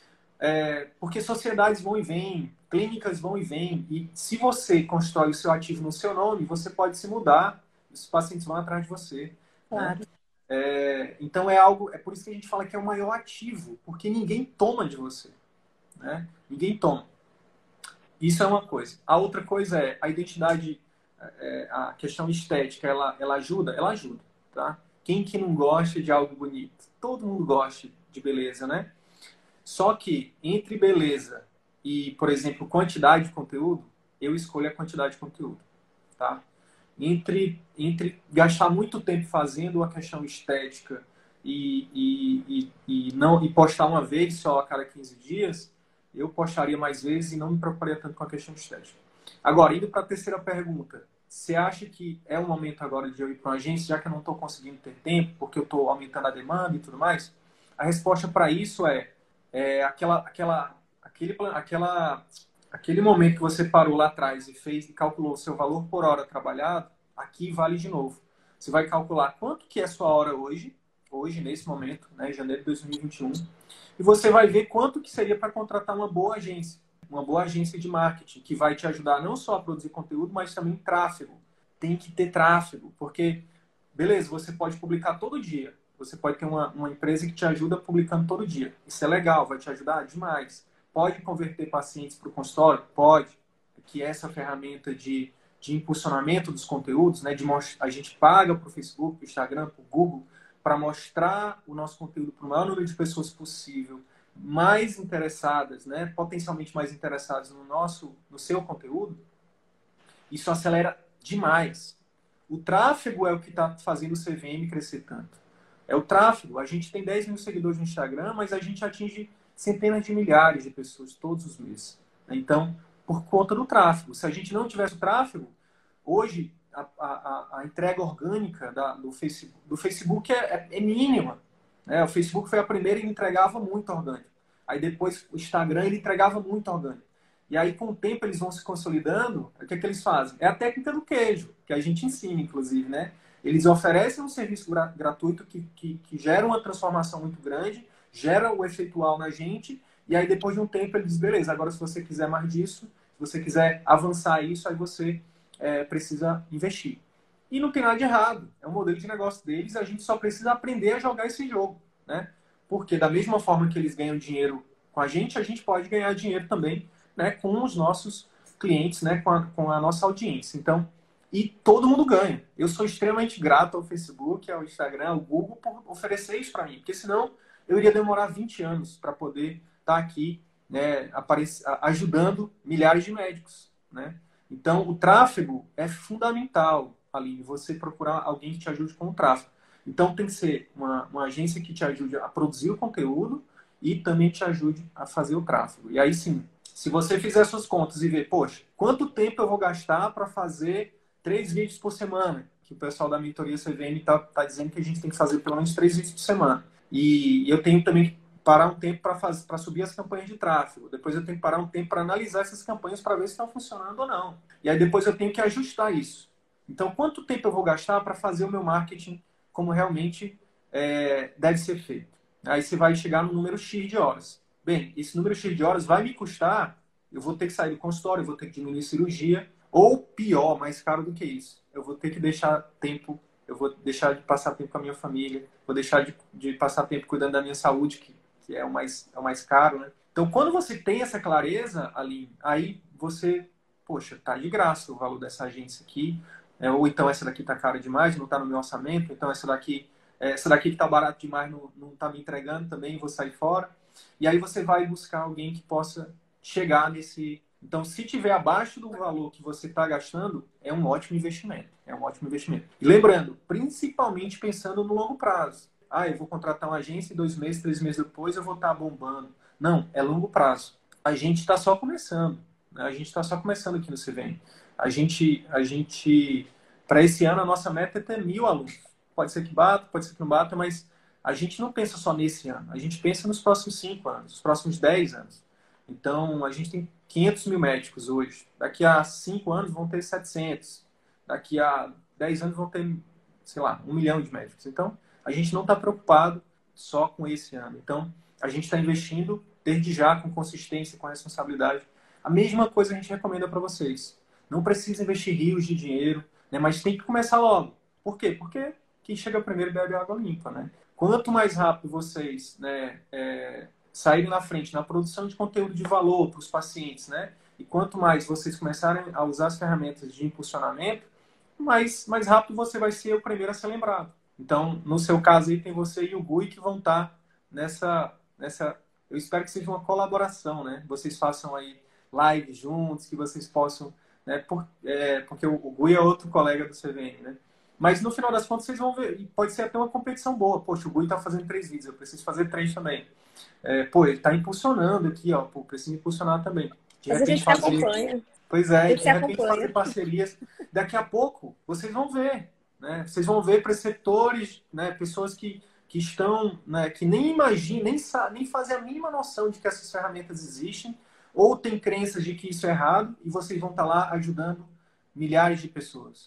S1: é, porque sociedades vão e vêm, clínicas vão e vêm, e se você constrói o seu ativo no seu nome, você pode se mudar, os pacientes vão atrás de você.
S2: Claro.
S1: Né? É, então é algo, é por isso que a gente fala que é o maior ativo, porque ninguém toma de você. Né? Ninguém toma. Isso é uma coisa. A outra coisa é a identidade, é, a questão estética, ela, ela ajuda? Ela ajuda. Tá? Quem que não gosta de algo bonito? Todo mundo gosta de beleza, né? Só que entre beleza e, por exemplo, quantidade de conteúdo, eu escolho a quantidade de conteúdo, tá? Entre, entre gastar muito tempo fazendo a questão estética e, e, e, e, não, e postar uma vez só a cada quinze dias, eu postaria mais vezes e não me preocuparia tanto com a questão estética. Agora, indo para a terceira pergunta, você acha que é o momento agora de eu ir para uma agência, já que eu não estou conseguindo ter tempo, porque eu estou aumentando a demanda e tudo mais? A resposta para isso é É aquela, aquela, aquele, aquela, aquele momento que você parou lá atrás e fez e calculou o seu valor por hora trabalhado, aqui vale de novo. Você vai calcular quanto que é a sua hora hoje, hoje, nesse momento, né, janeiro de dois mil e vinte e um, e você vai ver quanto que seria para contratar uma boa agência, uma boa agência de marketing, que vai te ajudar não só a produzir conteúdo, mas também tráfego. Tem que ter tráfego, porque, beleza, você pode publicar todo dia. Você pode ter uma, uma empresa que te ajuda publicando todo dia. Isso é legal, vai te ajudar demais. Pode converter pacientes para o consultório? Pode. Que essa ferramenta de, de impulsionamento dos conteúdos, né, de most... a gente paga para o Facebook, para o Instagram, para o Google, para mostrar o nosso conteúdo para o maior número de pessoas possível, mais interessadas, né, potencialmente mais interessadas no nosso, no seu conteúdo. Isso acelera demais. O tráfego é o que está fazendo o C V M crescer tanto. É o tráfego. A gente tem dez mil seguidores no Instagram, mas a gente atinge centenas de milhares de pessoas todos os meses. Então, por conta do tráfego. Se a gente não tivesse o tráfego, hoje a, a, a entrega orgânica da, do Facebook, do Facebook é, é, é mínima. Né? O Facebook foi a primeira e entregava muito orgânico. Aí depois o Instagram ele entregava muito orgânico. E aí, com o tempo, eles vão se consolidando. O que é que eles fazem? É a técnica do queijo, que a gente ensina, inclusive, né? Eles oferecem um serviço gra gratuito que, que, que gera uma transformação muito grande, gera o efeitual na gente, e aí, depois de um tempo, eles dizem, beleza, agora se você quiser mais disso, se você quiser avançar isso, aí você é, precisa investir. E não tem nada de errado. É um modelo de negócio deles, a gente só precisa aprender a jogar esse jogo, né? Porque da mesma forma que eles ganham dinheiro com a gente, a gente pode ganhar dinheiro também, né, com os nossos clientes, né, com a, com a nossa audiência. Então, e todo mundo ganha. Eu sou extremamente grato ao Facebook, ao Instagram, ao Google por oferecer isso para mim, porque senão eu iria demorar vinte anos para poder estar aqui, né, aparec- ajudando milhares de médicos, né? Então, o tráfego é fundamental, Aline, você procurar alguém que te ajude com o tráfego. Então, tem que ser uma, uma agência que te ajude a produzir o conteúdo e também te ajude a fazer o tráfego. E aí sim, se você fizer suas contas e ver, poxa, quanto tempo eu vou gastar para fazer três vídeos por semana? Que o pessoal da mentoria C V M está tá dizendo que a gente tem que fazer pelo menos três vídeos por semana. E eu tenho também que parar um tempo para subir as campanhas de tráfego. Depois eu tenho que parar um tempo para analisar essas campanhas para ver se estão funcionando ou não. E aí depois eu tenho que ajustar isso. Então, quanto tempo eu vou gastar para fazer o meu marketing como realmente é, deve ser feito? Aí você vai chegar no número X de horas. Bem, esse número X de horas vai me custar, eu vou ter que sair do consultório, eu vou ter que diminuir cirurgia, ou pior, mais caro do que isso, eu vou ter que deixar tempo, eu vou deixar de passar tempo com a minha família, vou deixar de, de passar tempo cuidando da minha saúde, que, que é, o mais, é o mais caro, né? Então, quando você tem essa clareza, Aline, aí você, poxa, tá de graça o valor dessa agência aqui, é, ou então essa daqui tá cara demais, não tá no meu orçamento, então essa daqui, é, essa daqui que tá barato demais não, não tá me entregando também, vou sair fora. E aí você vai buscar alguém que possa chegar nesse... Então, se tiver abaixo do valor que você está gastando, é um ótimo investimento. É um ótimo investimento. E lembrando, principalmente pensando no longo prazo. Ah, eu vou contratar uma agência e dois meses, três meses depois eu vou estar bombando. Não, é longo prazo. A gente está só começando. Né? A gente está só começando aqui no C V M. A gente, a gente para esse ano, a nossa meta é ter mil alunos. Pode ser que bata, pode ser que não bata, mas a gente não pensa só nesse ano. A gente pensa nos próximos cinco anos, nos próximos dez anos. Então, a gente tem quinhentos mil médicos hoje. Daqui a cinco anos vão ter setecentos. Daqui a dez anos vão ter, sei lá, um milhão de médicos. Então, a gente não está preocupado só com esse ano. Então, a gente está investindo desde já, com consistência, com responsabilidade. A mesma coisa a gente recomenda para vocês. Não precisa investir rios de dinheiro, né? Mas tem que começar logo. Por quê? Porque quem chega primeiro bebe água limpa, né? Quanto mais rápido vocês, né, é, saírem na frente na produção de conteúdo de valor para os pacientes, né? E quanto mais vocês começarem a usar as ferramentas de impulsionamento, mais, mais rápido você vai ser o primeiro a ser lembrado. Então, no seu caso aí, tem você e o Gui que vão estar nessa, nessa... Eu espero que seja uma colaboração, né? Vocês façam aí lives juntos, que vocês possam... Né? Por, é, porque o, o Gui é outro colega do C V M, né? Mas no final das contas vocês vão ver, e pode ser até uma competição boa. Poxa, o Gui está fazendo três vídeos, eu preciso fazer três também. É, pô, ele está impulsionando aqui, ó, pô, preciso impulsionar também. De
S2: Mas a
S1: repente
S2: gente se
S1: fazer...
S2: acompanha.
S1: Pois é,
S2: A gente
S1: de
S2: se
S1: repente fazer
S2: acompanha.
S1: parcerias. Daqui a pouco vocês vão ver, né? Vocês vão ver preceptores, né? Pessoas que, que estão, né? Que nem imaginam, nem, nem fazem a mínima noção de que essas ferramentas existem, ou têm crenças de que isso é errado, e vocês vão estar lá ajudando milhares de pessoas.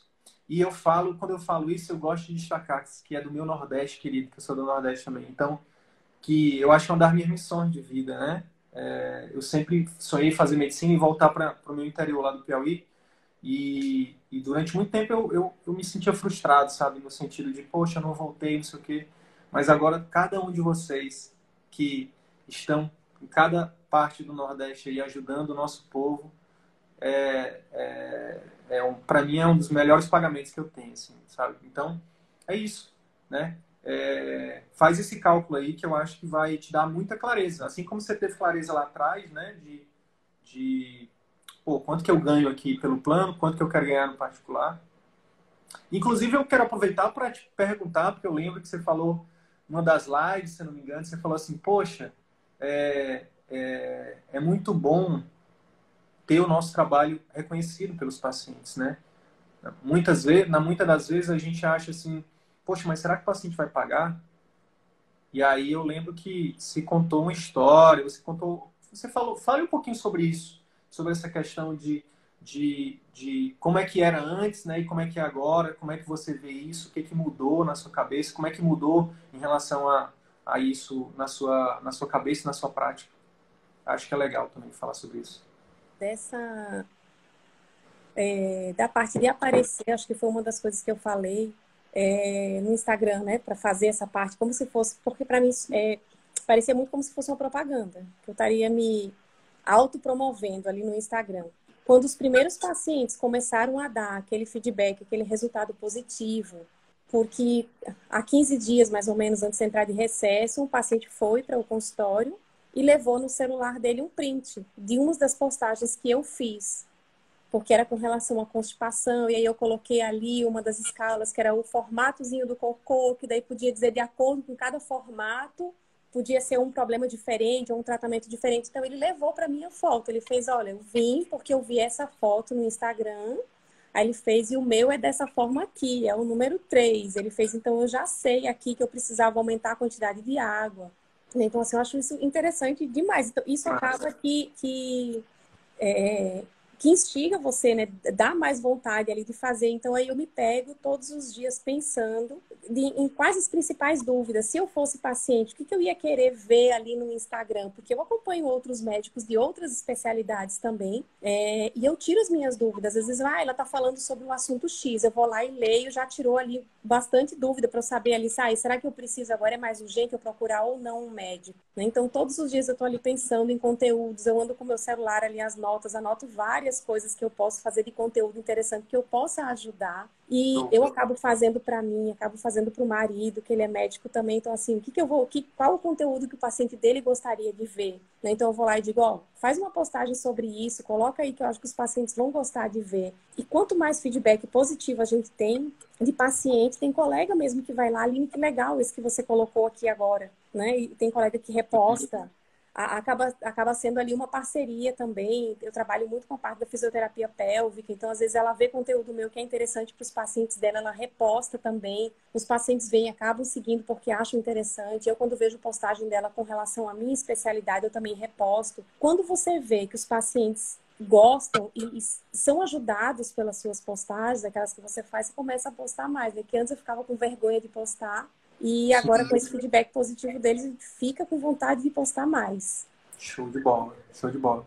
S1: E eu falo, quando eu falo isso, eu gosto de destacar que é do meu Nordeste, querido, que eu sou do Nordeste também. Então, que eu acho que é uma das minhas missões de vida, né? É, eu sempre sonhei fazer medicina e voltar para o meu interior lá do Piauí. E, e durante muito tempo eu, eu, eu me sentia frustrado, sabe? No sentido de, poxa, eu não voltei, não sei o quê. Mas agora, cada um de vocês que estão em cada parte do Nordeste aí ajudando o nosso povo, é, é, é um, para mim é um dos melhores pagamentos que eu tenho, assim, sabe? Então, é isso, né? É, faz esse cálculo aí que eu acho que vai te dar muita clareza. Assim como você teve clareza lá atrás, né? De, de pô, quanto que eu ganho aqui pelo plano, quanto que eu quero ganhar no particular. Inclusive, eu quero aproveitar para te perguntar, porque eu lembro que você falou numa das lives, se não me engano, você falou assim, poxa, é, é, é muito bom ter o nosso trabalho reconhecido pelos pacientes, né? Muitas vezes, na muitas das vezes a gente acha assim, poxa, mas será que o paciente vai pagar? E aí eu lembro que se contou uma história, você contou, você falou, fale um pouquinho sobre isso, sobre essa questão de, de, de como é que era antes, né, e como é que é agora, como é que você vê isso, o que que mudou na sua cabeça, como é que mudou em relação a, a isso na sua, na sua cabeça e na sua prática. Acho que é legal também falar sobre isso.
S2: Dessa, é, da parte de aparecer, acho que foi uma das coisas que eu falei é, no Instagram, né, para fazer essa parte, como se fosse, porque para mim é, parecia muito como se fosse uma propaganda, que eu estaria me autopromovendo ali no Instagram. Quando os primeiros pacientes começaram a dar aquele feedback, aquele resultado positivo, porque há quinze dias, mais ou menos, antes de entrar de recesso, um paciente foi para o consultório e levou no celular dele um print de uma das postagens que eu fiz, porque era com relação à constipação, e aí eu coloquei ali uma das escalas, que era o formatozinho do cocô, que daí podia dizer de acordo com cada formato, podia ser um problema diferente, ou um tratamento diferente. Então ele levou para mim a foto, ele fez, olha, eu vim porque eu vi essa foto no Instagram, aí ele fez, e o meu é dessa forma aqui, é o número três. Ele fez, então eu já sei aqui que eu precisava aumentar a quantidade de água. Então, assim, eu acho isso interessante demais. Então, isso acaba que... que é, que instiga você, né? Dá mais vontade ali de fazer. Então, aí eu me pego todos os dias pensando de, em quais as principais dúvidas. Se eu fosse paciente, o que, que eu ia querer ver ali no Instagram? Porque eu acompanho outros médicos de outras especialidades também, é, e eu tiro as minhas dúvidas. Às vezes, ah, ela tá falando sobre um assunto X, eu vou lá e leio, já tirou ali bastante dúvida para eu saber ali, ah, será que eu preciso agora, é mais urgente eu procurar ou não um médico? Né? Então, todos os dias eu tô ali pensando em conteúdos, eu ando com o meu celular ali, as notas, anoto várias coisas que eu posso fazer de conteúdo interessante que eu possa ajudar. E eu acabo fazendo para mim, acabo fazendo para o marido, que ele é médico também. Então, assim, o que, que eu vou, que, qual o conteúdo que o paciente dele gostaria de ver? Né? Então, eu vou lá e digo, ó, faz uma postagem sobre isso, coloca aí que eu acho que os pacientes vão gostar de ver. E quanto mais feedback positivo a gente tem de paciente, tem colega mesmo que vai lá, Aline, que legal esse que você colocou aqui agora, né? E tem colega que reposta. Acaba, acaba sendo ali uma parceria também. Eu trabalho muito com a parte da fisioterapia pélvica, então às vezes ela vê conteúdo meu que é interessante para os pacientes dela, ela reposta também. Os pacientes vêm, acabam seguindo porque acham interessante. Eu, quando vejo postagem dela com relação à minha especialidade, eu também reposto. Quando você vê que os pacientes gostam e, e são ajudados pelas suas postagens, aquelas que você faz, você começa a postar mais, né? Que antes eu ficava com vergonha de postar. E agora, com esse feedback positivo deles, a gente fica com vontade de postar mais.
S1: Show de bola, show de bola.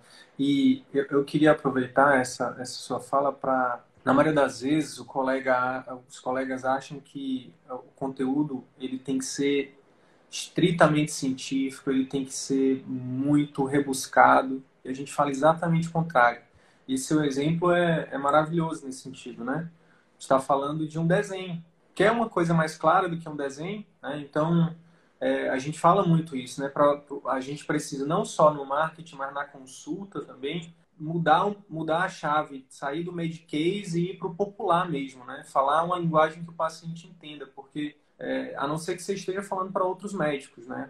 S1: E eu, eu queria aproveitar essa, essa sua fala para, na maioria das vezes, o colega, os colegas acham que o conteúdo ele tem que ser estritamente científico, ele tem que ser muito rebuscado. E a gente fala exatamente o contrário. E seu exemplo é, é maravilhoso nesse sentido, né? Está falando de um desenho. Quer uma coisa mais clara do que um desenho, né? Então, é, a gente fala muito isso, né? Pra, a gente precisa, não só no marketing, mas na consulta também, mudar, mudar a chave, sair do med case e ir para o popular mesmo, né? Falar uma linguagem que o paciente entenda, porque, é, a não ser que você esteja falando para outros médicos, né?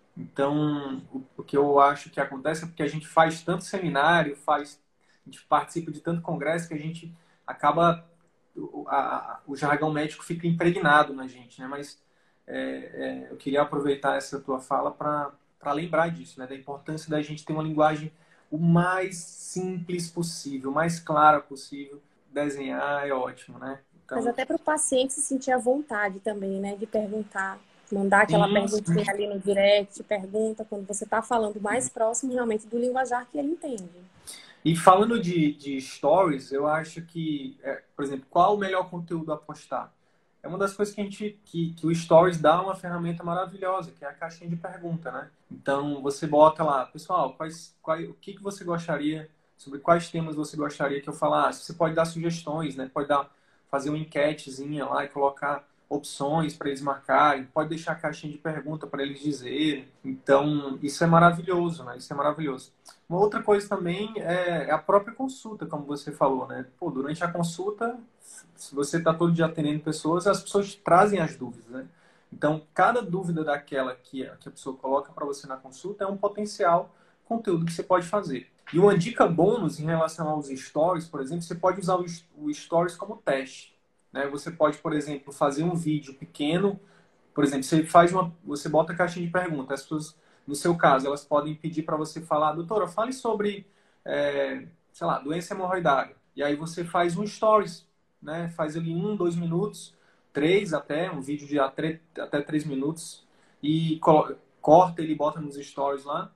S1: Então, o, o que eu acho que acontece é porque a gente faz tanto seminário, faz, a gente participa de tanto congresso que a gente acaba, o, a, o jargão médico fica impregnado na gente, né? Mas é, é, eu queria aproveitar essa tua fala para lembrar disso, né? Da importância da gente ter uma linguagem o mais simples possível, o mais clara possível. Desenhar é ótimo, né?
S2: Mas
S1: Então,
S2: até para o paciente se sentir à vontade também, né? De perguntar, mandar aquela
S1: sim,
S2: perguntinha
S1: sim.
S2: ali no direct, pergunta quando você está falando mais próximo realmente do linguajar que ele entende.
S1: E falando de, de stories, eu acho que, é, por exemplo, qual o melhor conteúdo a postar? É uma das coisas que a gente, que, que o Stories dá uma ferramenta maravilhosa, que é a caixinha de pergunta, né? Então você bota lá, pessoal, quais, quais, o que, que você gostaria, sobre quais temas você gostaria que eu falasse? Você pode dar sugestões, né? Pode dar, fazer uma enquetezinha lá e colocar opções para eles marcarem, pode deixar a caixinha de pergunta para eles dizerem. Então, isso é maravilhoso, né? Isso é maravilhoso. Uma outra coisa também é a própria consulta, como você falou, né? Pô, durante a consulta, se você está todo dia atendendo pessoas, as pessoas trazem as dúvidas, né? Então, cada dúvida daquela que a, que a pessoa coloca para você na consulta é um potencial conteúdo que você pode fazer. E uma dica bônus em relação aos stories, por exemplo, você pode usar o stories como teste, né? Você pode, por exemplo, fazer um vídeo pequeno. Por exemplo, você faz uma, você bota a caixinha de perguntas. As pessoas, no seu caso, elas podem pedir para você falar, doutora, fale sobre, é, sei lá, doença hemorroidária. E aí você faz um stories, né? Faz ali um, dois minutos, três até, um vídeo de até, até três minutos e corta ele e bota nos stories lá.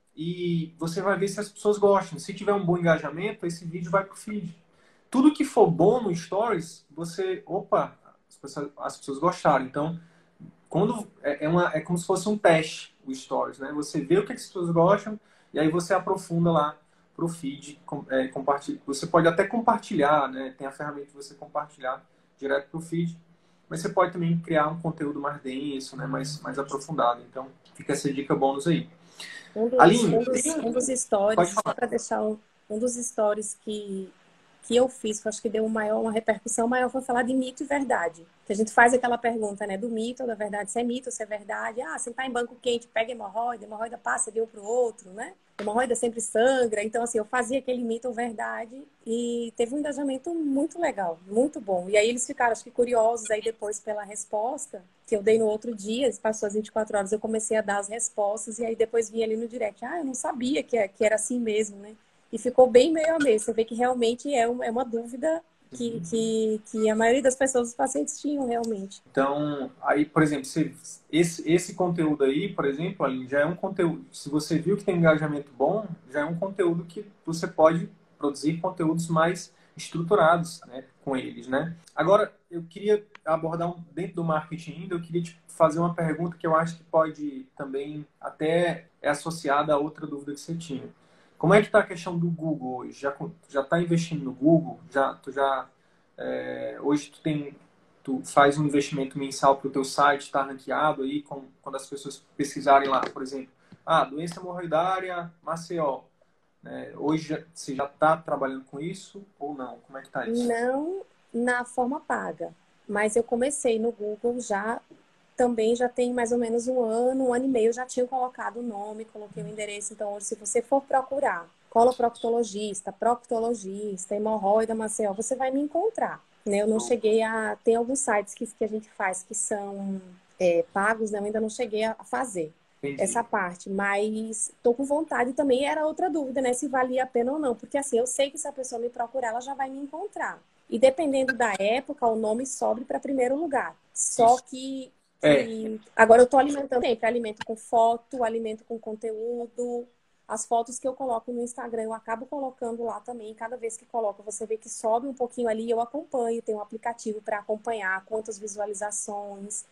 S1: E você vai ver se as pessoas gostam. Se tiver um bom engajamento, esse vídeo vai pro feed. Tudo que for bom no stories, você, opa, as pessoas, as pessoas gostaram. Então, quando é, é, uma, é como se fosse um teste o stories, né? Você vê o que as pessoas gostam e aí você aprofunda lá pro feed, com, é, compartilha. Você pode até compartilhar, né? Tem a ferramenta de você compartilhar direto pro feed, mas você pode também criar um conteúdo mais denso, né? Mais, mais aprofundado. Então, fica essa dica bônus aí.
S2: Um dos,
S1: Aline,
S2: um dos, um dos
S1: pode
S2: stories, só
S1: falar.
S2: para deixar um, um dos stories que, que eu fiz, que eu acho que deu maior, uma repercussão maior, foi falar de mito e verdade. Que a gente faz aquela pergunta, né, do mito ou da verdade, se é mito ou se é verdade. Ah, sentar em banco quente, pega hemorroida, hemorroida passa de um para o outro, né? Hemorroida sempre sangra. Então, assim, eu fazia aquele mito ou verdade e teve um engajamento muito legal, muito bom. E aí eles ficaram, acho que curiosos aí depois pela resposta que eu dei no outro dia, passou as vinte e quatro horas, eu comecei a dar as respostas e aí depois vinha ali no direct, ah, eu não sabia que, que era assim mesmo, né? E ficou bem meio a meio. Você vê que realmente é uma, é uma dúvida que, que, que a maioria das pessoas, os pacientes tinham realmente.
S1: Então, aí, por exemplo, se, esse, esse conteúdo aí, por exemplo, Aline, já é um conteúdo. Se você viu que tem engajamento bom, já é um conteúdo que você pode produzir conteúdos mais estruturados, né, com eles, né? Agora, eu queria abordar um, dentro do marketing ainda, eu queria te fazer uma pergunta que eu acho que pode também até é associada a outra dúvida que você tinha. Como é que está a questão do Google hoje? Já já está investindo no Google? Já tu já é, hoje tu tem tu faz um investimento mensal para o teu site estar ranqueado aí com, quando as pessoas pesquisarem lá, por exemplo, ah, doença hemorroidária, Maceió. Né? Hoje já, você já está trabalhando com isso ou não? Como é que está isso?
S2: Não na forma paga, mas eu comecei no Google já, também já tem mais ou menos um ano, um ano e meio, eu já tinha colocado o nome, coloquei o endereço, então hoje se você for procurar coloproctologista, proctologista, hemorroida, Maceió, você vai me encontrar. Né? Eu não cheguei a... Tem alguns sites que, que a gente faz que são é, pagos, né? Eu ainda não cheguei a fazer
S1: Entendi.
S2: essa parte, mas tô com vontade também. Era outra dúvida, né? Se valia a pena ou não, porque assim, eu sei que se a pessoa me procurar, ela já vai me encontrar. E dependendo da época, o nome sobe para primeiro lugar. Só
S1: Isso.
S2: que,
S1: É,
S2: que agora eu tô alimentando sempre, alimento com foto, alimento com conteúdo. As fotos que eu coloco no Instagram, eu acabo colocando lá também. Cada vez que coloco, você vê que sobe um pouquinho ali, eu acompanho, tem um aplicativo para acompanhar quantas visualizações,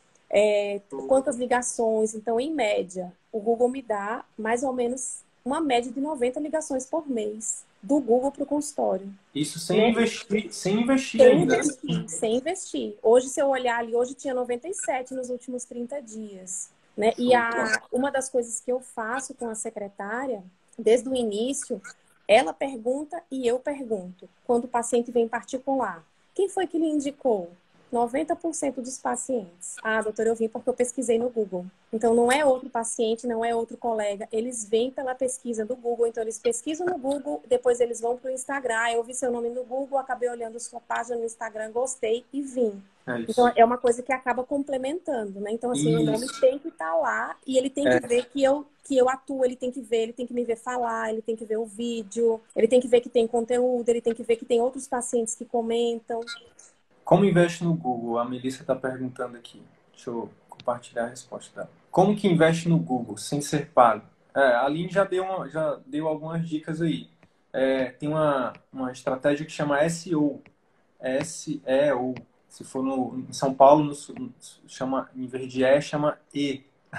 S2: é, quantas ligações. Então, em média, o Google me dá mais ou menos uma média de noventa ligações por mês do Google para o consultório.
S1: isso sem
S2: Né?
S1: investir, sem investir
S2: Sem
S1: ainda, né?
S2: investir, sem investir. Hoje, se eu olhar ali, hoje tinha noventa e sete nos últimos trinta dias. Né? E
S1: Show de bola.
S2: a, uma das coisas que eu faço com a secretária, desde o início, ela pergunta e eu pergunto. Quando o paciente vem em particular, quem foi que lhe indicou? noventa por cento dos pacientes. Ah, doutora, eu vim porque eu pesquisei no Google. Então, não é outro paciente, não é outro colega. Eles vêm pela pesquisa do Google. Então, eles pesquisam no Google, depois eles vão para o Instagram. Eu vi seu nome no Google, acabei olhando sua página no Instagram, gostei e vim.
S1: É
S2: Então,
S1: isso.
S2: é uma coisa que acaba complementando, né? Então, assim, o nome
S1: Isso.
S2: tem que estar lá e ele tem que
S1: É,
S2: ver que eu, que eu atuo, ele tem que ver, ele tem que me ver falar, ele tem que ver o vídeo, ele tem que ver que tem conteúdo, ele tem que ver que tem outros pacientes que comentam.
S1: Como investe no Google? A Melissa está perguntando aqui. Deixa eu compartilhar a resposta dela. Como que investe no Google sem ser pago? É, a Aline já deu, uma, já deu algumas dicas aí. É, tem uma, uma estratégia que chama S E O. S E O. Se for no, em São Paulo, no, chama, em vez de E, chama E.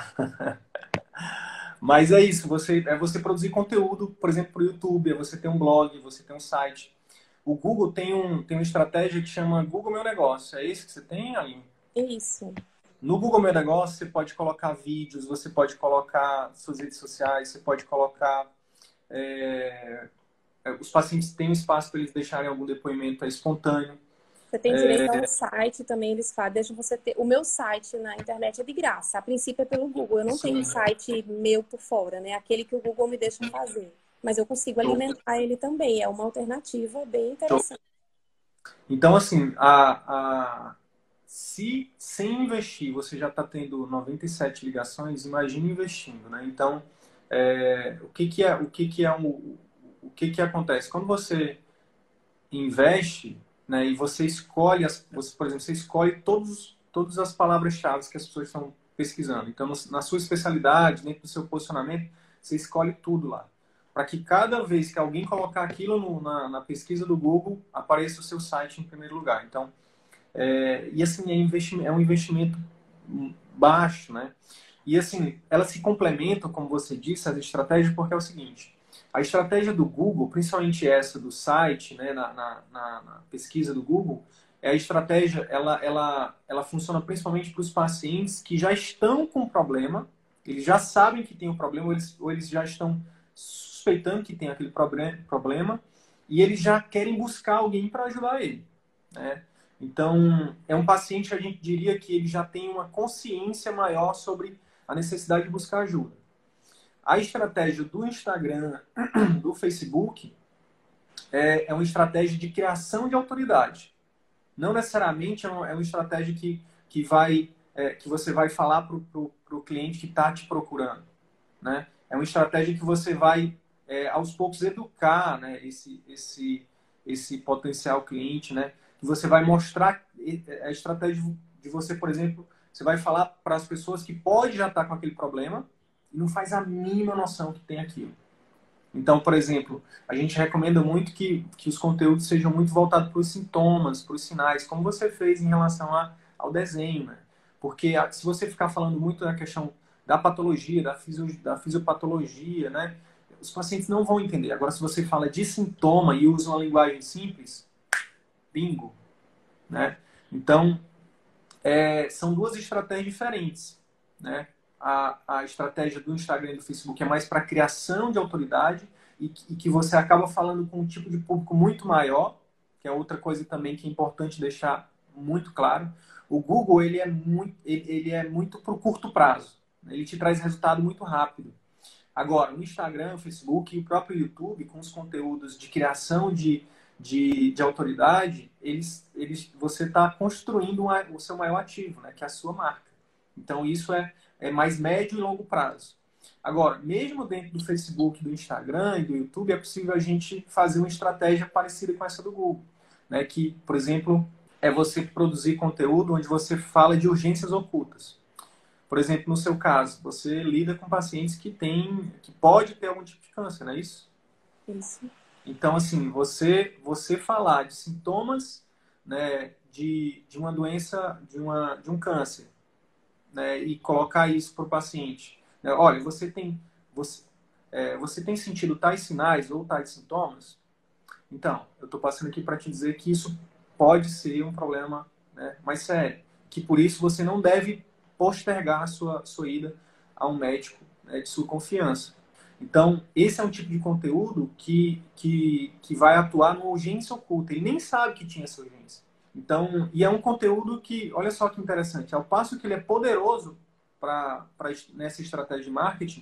S1: Mas é isso, você, é você produzir conteúdo, por exemplo, para o YouTube, é você ter um blog, você ter um site. O Google tem, um, tem uma estratégia que chama Google Meu Negócio. É isso que você tem, Aline?
S2: Isso.
S1: No Google Meu Negócio, você pode colocar vídeos, você pode colocar suas redes sociais, você pode colocar... É, os pacientes têm um espaço para eles deixarem algum depoimento é espontâneo.
S2: Você tem direito a um site também, eles falam, deixa você ter... O meu site na internet é de graça. A princípio é pelo Google. Eu não tenho um site meu por fora, né? Aquele que o Google me deixa fazer. Mas eu consigo alimentar ele também. É uma alternativa bem interessante.
S1: Então, assim, a, a... se sem investir você já está tendo noventa e sete ligações, imagine investindo, né? Então, é... o que que é, o que que é um... o que que acontece? Quando você investe, né, e você escolhe, as, você, por exemplo, você escolhe todos, todas as palavras-chave que as pessoas estão pesquisando. Então, no, na sua especialidade, dentro do seu posicionamento, você escolhe tudo lá. Para que cada vez que alguém colocar aquilo no, na, na pesquisa do Google, apareça o seu site em primeiro lugar. Então, é, e assim, é, investimento, é um investimento baixo, né? E assim, elas se complementam, como você disse, as estratégias, porque é o seguinte: a estratégia do Google, principalmente essa do site, né, na, na, na pesquisa do Google, é a estratégia, ela, ela, ela funciona principalmente para os pacientes que já estão com problema, eles já sabem que tem um problema, ou eles, ou eles já estão suspeitando que tem aquele problema, e eles já querem buscar alguém para ajudar ele, né? Então, é um paciente que a gente diria que ele já tem uma consciência maior sobre a necessidade de buscar ajuda. A estratégia do Instagram, do Facebook, é, é uma estratégia de criação de autoridade. Não necessariamente é uma, é uma estratégia que, que, vai, é, que você vai falar para o cliente que está te procurando, né? É uma estratégia que você vai, é, aos poucos, educar, né, esse, esse, esse potencial cliente, né? Que você vai mostrar a estratégia de você, por exemplo, você vai falar para as pessoas que pode já estar com aquele problema e não faz a mínima noção que tem aquilo. Então, por exemplo, a gente recomenda muito que, que os conteúdos sejam muito voltados para os sintomas, para os sinais, como você fez em relação a, ao desenho, né? Porque se você ficar falando muito da questão da patologia, da, fisio, da fisiopatologia, né? Os pacientes não vão entender. Agora, se você fala de sintoma e usa uma linguagem simples, bingo, né? Então, é, são duas estratégias diferentes, né? A, a estratégia do Instagram e do Facebook é mais para criação de autoridade e que, e que você acaba falando com um tipo de público muito maior, que é outra coisa também que é importante deixar muito claro. O Google, ele é muito, ele, ele é muito para o curto prazo. Ele te traz resultado muito rápido. Agora, o Instagram, o Facebook e o próprio YouTube, com os conteúdos de criação de, de, de autoridade, eles, eles, você está construindo uma, o seu maior ativo, né, que é a sua marca. Então, isso é, é mais médio e longo prazo. Agora, mesmo dentro do Facebook, do Instagram e do YouTube, é possível a gente fazer uma estratégia parecida com essa do Google, né, que, por exemplo, é você produzir conteúdo onde você fala de urgências ocultas. Por exemplo, no seu caso, você lida com pacientes que têm, que pode ter algum tipo de câncer, não é isso?
S2: Isso.
S1: Então, assim, você, você falar de sintomas, né, de, de uma doença, de, uma, de um câncer, né, e colocar isso para o paciente. Né, olha, você tem, você, é, você tem sentido tais sinais ou tais sintomas? Então, eu estou passando aqui para te dizer que isso pode ser um problema, né, mais sério. Que por isso você não deve postergar a sua, sua ida a um médico, né, de sua confiança. Então, esse é um tipo de conteúdo que, que, que vai atuar numa urgência oculta. Ele nem sabe que tinha essa urgência. Então, e é um conteúdo que, olha só que interessante, ao passo que ele é poderoso pra, pra, nessa estratégia de marketing,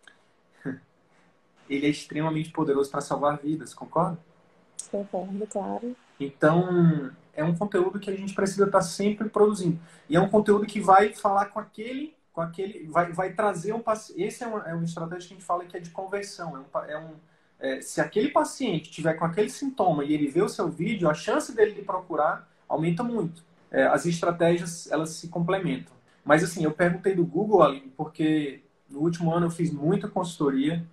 S1: ele é extremamente poderoso para salvar vidas, concorda?
S2: Concordo, claro.
S1: Então, é um conteúdo que a gente precisa estar sempre produzindo. E é um conteúdo que vai falar com aquele, com aquele, vai, vai trazer um paciente. Esse é uma, é uma estratégia que a gente fala que é de conversão. É um, é um, é, se aquele paciente tiver com aquele sintoma e ele vê o seu vídeo, a chance dele de procurar aumenta muito. É, as estratégias, elas se complementam. Mas, assim, eu perguntei do Google, Aline, porque no último ano eu fiz muita consultoria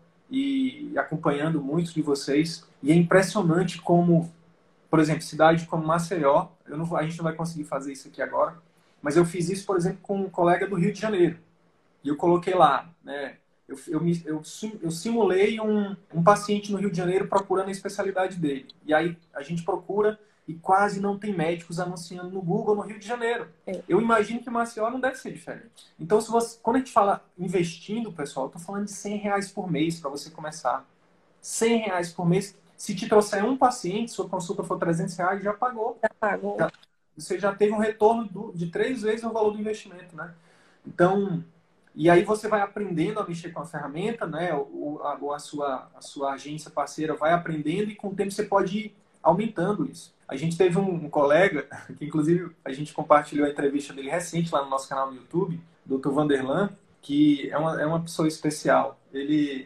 S1: e acompanhando muitos de vocês. E é impressionante como, por exemplo, cidade como Maceió, eu não, a gente não vai conseguir fazer isso aqui agora, mas eu fiz isso, por exemplo, com um colega do Rio de Janeiro. E eu coloquei lá, né? Eu, eu, me, eu, eu simulei um, um paciente no Rio de Janeiro procurando a especialidade dele. E aí a gente procura e quase não tem médicos anunciando no Google no Rio de Janeiro.
S2: É.
S1: Eu imagino que Maceió não deve ser diferente. Então, se você, quando a gente fala investindo, pessoal, eu estou falando de cem reais por mês para você começar. cem reais por mês. Se te trouxer um paciente, sua consulta for trezentos reais, já pagou.
S2: Já pagou.
S1: Já, você já teve um retorno do, de três vezes o valor do investimento, né? Então... E aí você vai aprendendo a mexer com a ferramenta, né? Ou a, a, sua, a sua agência parceira vai aprendendo e com o tempo você pode ir aumentando isso. A gente teve um, um colega, que inclusive a gente compartilhou a entrevista dele recente lá no nosso canal no YouTube, doutor Vanderlan, que é uma, é uma pessoa especial. Ele,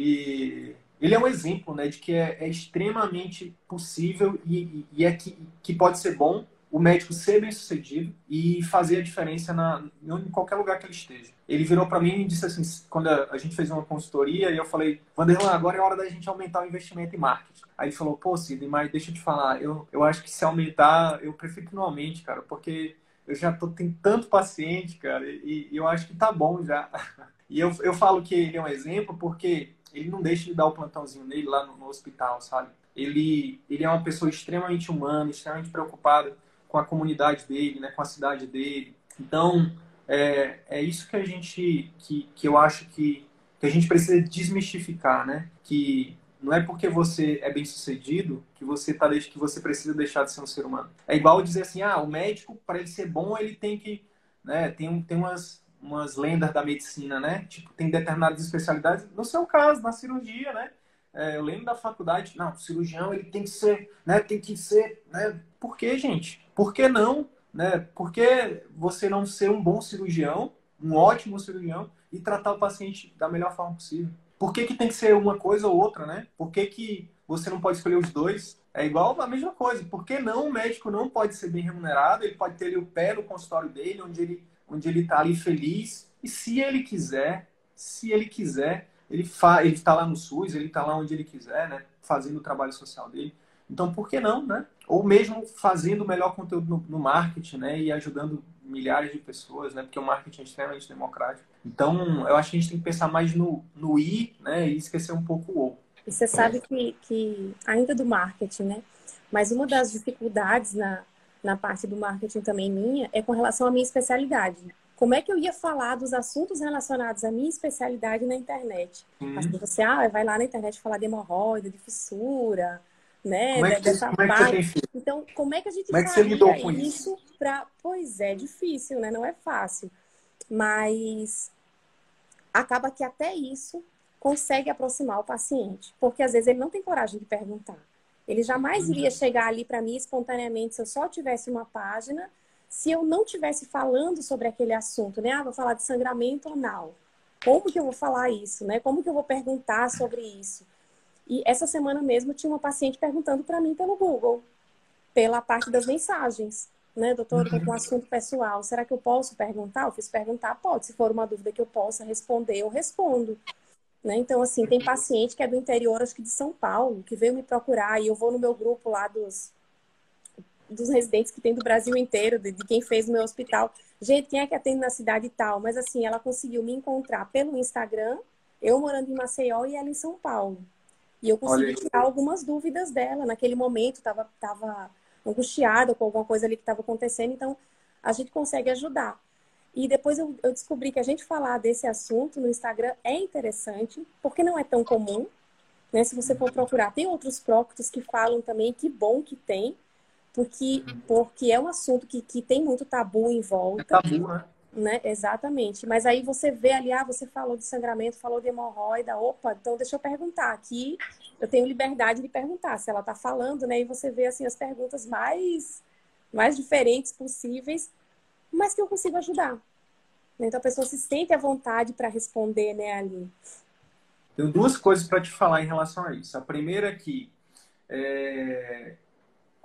S1: ele, ele é um exemplo, né, de que é, é extremamente possível e, e é que, que pode ser bom o médico ser bem sucedido e fazer a diferença na, em qualquer lugar que ele esteja. Ele virou para mim e disse assim, quando a gente fez uma consultoria, e eu falei, Vanderlan, agora é hora da gente aumentar o investimento em marketing. Aí ele falou, pô, Sidney, mas deixa eu te falar, eu, eu acho que se aumentar, eu prefiro que não aumente, cara, porque eu já tô tendo tanto paciente, cara, e, e eu acho que tá bom já. E eu, eu falo que ele é um exemplo porque ele não deixa de dar o plantãozinho nele lá no, no hospital, sabe? Ele, ele é uma pessoa extremamente humana, extremamente preocupada com a comunidade dele, né, com a cidade dele. Então, é, é isso que a gente, que, que eu acho que, que a gente precisa desmistificar, né? Que não é porque você é bem sucedido que você tá que você precisa deixar de ser um ser humano. É igual dizer assim, ah, o médico para ele ser bom ele tem que, né? Tem tem umas umas lendas da medicina, né? Tipo, tem determinadas especialidades. No seu caso, na cirurgia, né? É, eu lembro da faculdade, não, o cirurgião ele tem que ser, né? Tem que ser, né? Por quê, gente? Por que não? Né? Por que você não ser um bom cirurgião, um ótimo cirurgião, e tratar o paciente da melhor forma possível? Por que, que tem que ser uma coisa ou outra, né? Por que, que você não pode escolher os dois? É igual a mesma coisa. Por que não o médico não pode ser bem remunerado? Ele pode ter ali o pé no consultório dele, onde ele onde ele está ali feliz. E se ele quiser, se ele quiser, ele fa ele está lá no SUS, ele está lá onde ele quiser, né? Fazendo o trabalho social dele. Então, por que não, né? Ou mesmo fazendo o melhor conteúdo no, no marketing, né? E ajudando milhares de pessoas, né? Porque o marketing é extremamente democrático. Então, eu acho que a gente tem que pensar mais no, no I, né? E esquecer um pouco o O.
S2: E você sabe que, que ainda do marketing, né? Mas uma das dificuldades na, na parte do marketing também minha é com relação à minha especialidade. Como é que eu ia falar dos assuntos relacionados à minha especialidade na internet?
S1: Hum.
S2: Assim, você ah, vai lá na internet falar de hemorroida, de fissura, né?
S1: Como é que,
S2: Dessa
S1: como é que você tem feito?
S2: Então, como é que a gente
S1: Como é que você
S2: faria
S1: lidou com
S2: isso,
S1: isso?
S2: para... Pois é, difícil, né? Não é fácil. Mas acaba que até isso consegue aproximar o paciente. Porque às vezes ele não tem coragem de perguntar. Ele jamais iria chegar ali para mim espontaneamente se eu só tivesse uma página, se eu não tivesse falando sobre aquele assunto, né? Ah, vou falar de sangramento anal. Como que eu vou falar isso, né? Como que eu vou perguntar sobre isso? E essa semana mesmo tinha uma paciente perguntando para mim pelo Google, pela parte das mensagens, né? Doutor, estou com um assunto pessoal, será que eu posso perguntar? Eu fiz perguntar, pode. Se for uma dúvida que eu possa responder, eu respondo. Né? Então, assim, tem paciente que é do interior, acho que de São Paulo, que veio me procurar e eu vou no meu grupo lá dos, dos residentes que tem do Brasil inteiro, de, de quem fez o meu hospital. Gente, quem é que atende na cidade e tal? Mas, assim, ela conseguiu me encontrar pelo Instagram, eu morando em Maceió e ela em São Paulo. E eu consegui tirar algumas dúvidas dela. Naquele momento, estava tava angustiada com alguma coisa ali que estava acontecendo. Então, a gente consegue ajudar. E depois eu, eu descobri que a gente falar desse assunto no Instagram é interessante, porque não é tão comum. Né? Se você for procurar, tem outros próctos que falam também, que bom que tem, porque, porque é um assunto que, que tem muito tabu em volta.
S1: É tabu, né?
S2: Né? Exatamente. Mas aí você vê ali, ah, você falou de sangramento, falou de hemorroida, opa, então deixa eu perguntar. Aqui eu tenho liberdade de perguntar se ela está falando, né? E você vê assim as perguntas mais, mais diferentes possíveis, mas que eu consigo ajudar. Então a pessoa se sente à vontade para responder, né, ali.
S1: Tenho duas coisas para te falar em relação a isso. A primeira é que é...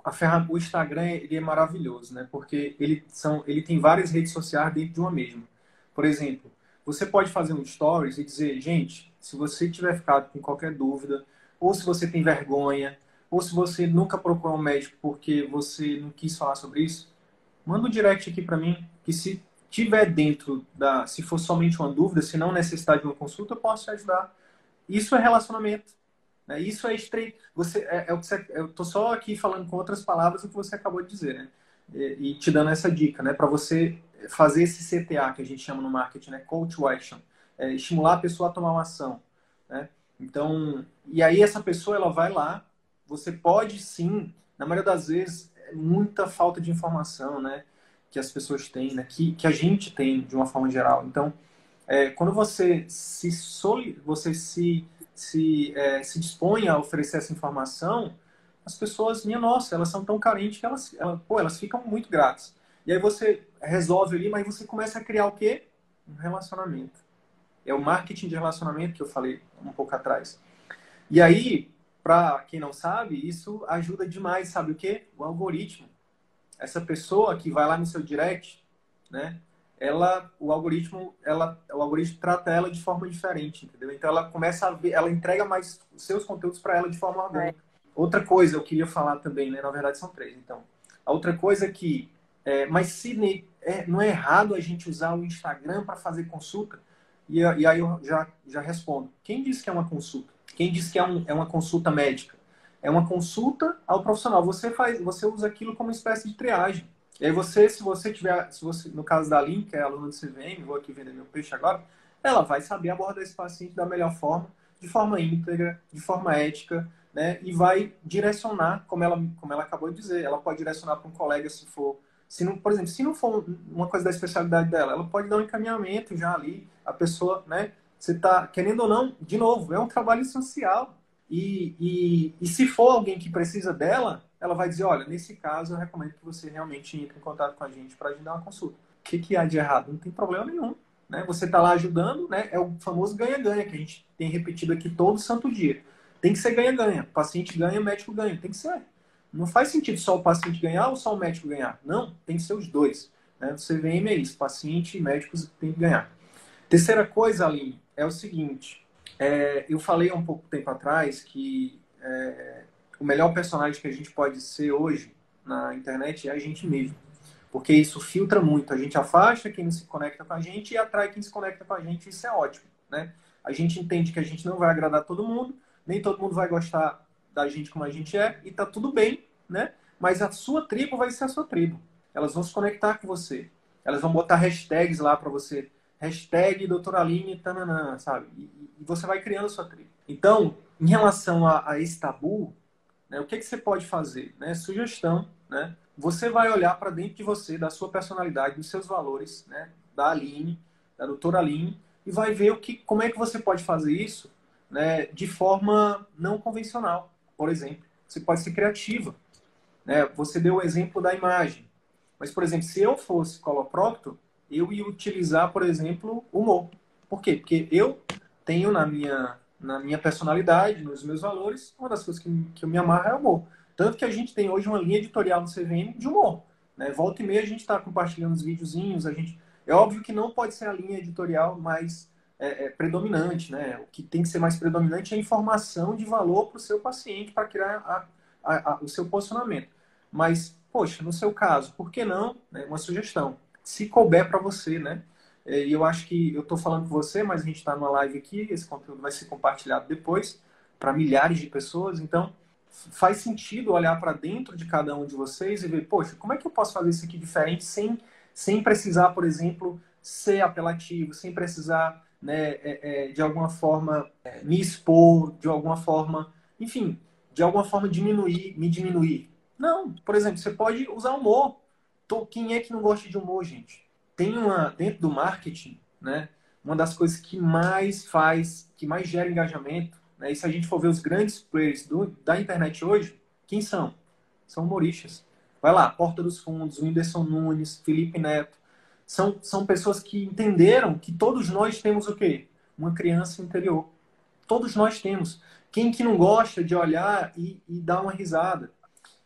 S1: a ferra... o Instagram ele é maravilhoso, né? Porque ele, são... ele tem várias redes sociais dentro de uma mesma. Por exemplo, você pode fazer um stories e dizer, gente, se você tiver ficado com qualquer dúvida, ou se você tem vergonha, ou se você nunca procurou um médico porque você não quis falar sobre isso, manda um direct aqui para mim, que se tiver dentro da... Se for somente uma dúvida, se não necessitar de uma consulta, eu posso te ajudar. Isso é relacionamento. Né? Isso é estreito. Você, é, é o que você, eu tô só aqui falando com outras palavras o que você acabou de dizer, né? E, e te dando essa dica, né? Para você fazer esse C T A, que a gente chama no marketing, né? Call to Action. É, estimular a pessoa a tomar uma ação. Né? Então, e aí essa pessoa, ela vai lá, você pode sim, na maioria das vezes, é muita falta de informação, né? Que as pessoas têm, né? Que, que a gente tem, de uma forma geral. Então, é, quando você se, soli, você se, se, é, se dispõe a oferecer essa informação, as pessoas, minha nossa, elas são tão carentes que elas, elas, pô, elas ficam muito gratas. E aí você resolve ali, mas você começa a criar o quê? Um relacionamento. É o marketing de relacionamento que eu falei um pouco atrás. E aí, para quem não sabe, isso ajuda demais, sabe o quê? O algoritmo. Essa pessoa que vai lá no seu direct, né? Ela, o algoritmo, ela, o algoritmo trata ela de forma diferente, entendeu? Então ela começa a ver, ela entrega mais os seus conteúdos para ela de forma orgânica. Outra coisa eu queria falar também, né? Na verdade são três, então. A outra coisa é que, é, mas se é, não é errado a gente usar o Instagram para fazer consulta? E, e aí eu já, já respondo. Quem disse que é uma consulta? Quem disse que é, um, é uma consulta médica? É uma consulta ao profissional. Você faz, você usa aquilo como uma espécie de triagem. E aí você, se você tiver, se você, no caso da Aline, que é aluna do C V M, vou aqui vender meu peixe agora, ela vai saber abordar esse paciente da melhor forma, de forma íntegra, de forma ética, né? E vai direcionar, como ela, como ela acabou de dizer, ela pode direcionar para um colega se for, se não, por exemplo, se não for uma coisa da especialidade dela, ela pode dar um encaminhamento já ali, a pessoa, né? Você está, querendo ou não, de novo, é um trabalho social. E, e, e se for alguém que precisa dela, ela vai dizer, olha, nesse caso eu recomendo que você realmente entre em contato com a gente para agendar uma consulta. O que, que há de errado? Não tem problema nenhum. Né? Você está lá ajudando, né? É o famoso ganha-ganha, que a gente tem repetido aqui todo santo dia. Tem que ser ganha-ganha. O paciente ganha, o médico ganha. Tem que ser. Não faz sentido só o paciente ganhar ou só o médico ganhar. Não, tem que ser os dois. Né? O C V M é isso, paciente e médicos têm que ganhar. Terceira coisa, Aline, é o seguinte... É, eu falei há um pouco tempo atrás que é, o melhor personagem que a gente pode ser hoje na internet é a gente mesmo. Porque isso filtra muito. A gente afasta quem não se conecta com a gente e atrai quem se conecta com a gente. Isso é ótimo. Né? A gente entende que a gente não vai agradar todo mundo, nem todo mundo vai gostar da gente como a gente é, e tá tudo bem, né? Mas a sua tribo vai ser a sua tribo. Elas vão se conectar com você. Elas vão botar hashtags lá para você. Hashtag doutora Aline, tananã, sabe? E, e você vai criando a sua tribo. Então, em relação a, a esse tabu, né, o que, que você pode fazer? Né? Sugestão, né? Você vai olhar para dentro de você, da sua personalidade, dos seus valores, né? Da Aline, da doutora Aline, e vai ver o que, como é que você pode fazer isso, né, de forma não convencional. Por exemplo, você pode ser criativa. Né? Você deu o exemplo da imagem. Mas, por exemplo, se eu fosse coloprocto, eu ia utilizar, por exemplo, humor. Por quê? Porque eu tenho na minha, na minha personalidade, nos meus valores, uma das coisas que, que eu me amarro é o humor. Tanto que a gente tem hoje uma linha editorial no C V M de humor. Né? Volta e meia a gente está compartilhando os videozinhos. A gente... É óbvio que não pode ser a linha editorial mais é, é, predominante. Né? O que tem que ser mais predominante é a informação de valor para o seu paciente, para criar a, a, a, o seu posicionamento. Mas, poxa, no seu caso, por que não? Né? Uma sugestão. Se couber para você, né? E eu acho que eu estou falando com você, mas a gente está numa live aqui, esse conteúdo vai ser compartilhado depois para milhares de pessoas, então faz sentido olhar para dentro de cada um de vocês e ver, poxa, como é que eu posso fazer isso aqui diferente sem, sem precisar, por exemplo, ser apelativo, sem precisar, né, é, é, de alguma forma é, me expor, de alguma forma, enfim, de alguma forma diminuir, me diminuir. Não, por exemplo, você pode usar humor. Quem é que não gosta de humor, gente? Tem uma, dentro do marketing, né, uma das coisas que mais faz, que mais gera engajamento, né, e se a gente for ver os grandes players do, da internet hoje, quem são? São humoristas. Vai lá, Porta dos Fundos, Whindersson Nunes, Felipe Neto. São, são pessoas que entenderam que todos nós temos o quê? Uma criança interior. Todos nós temos. Quem que não gosta de olhar e, e dar uma risada?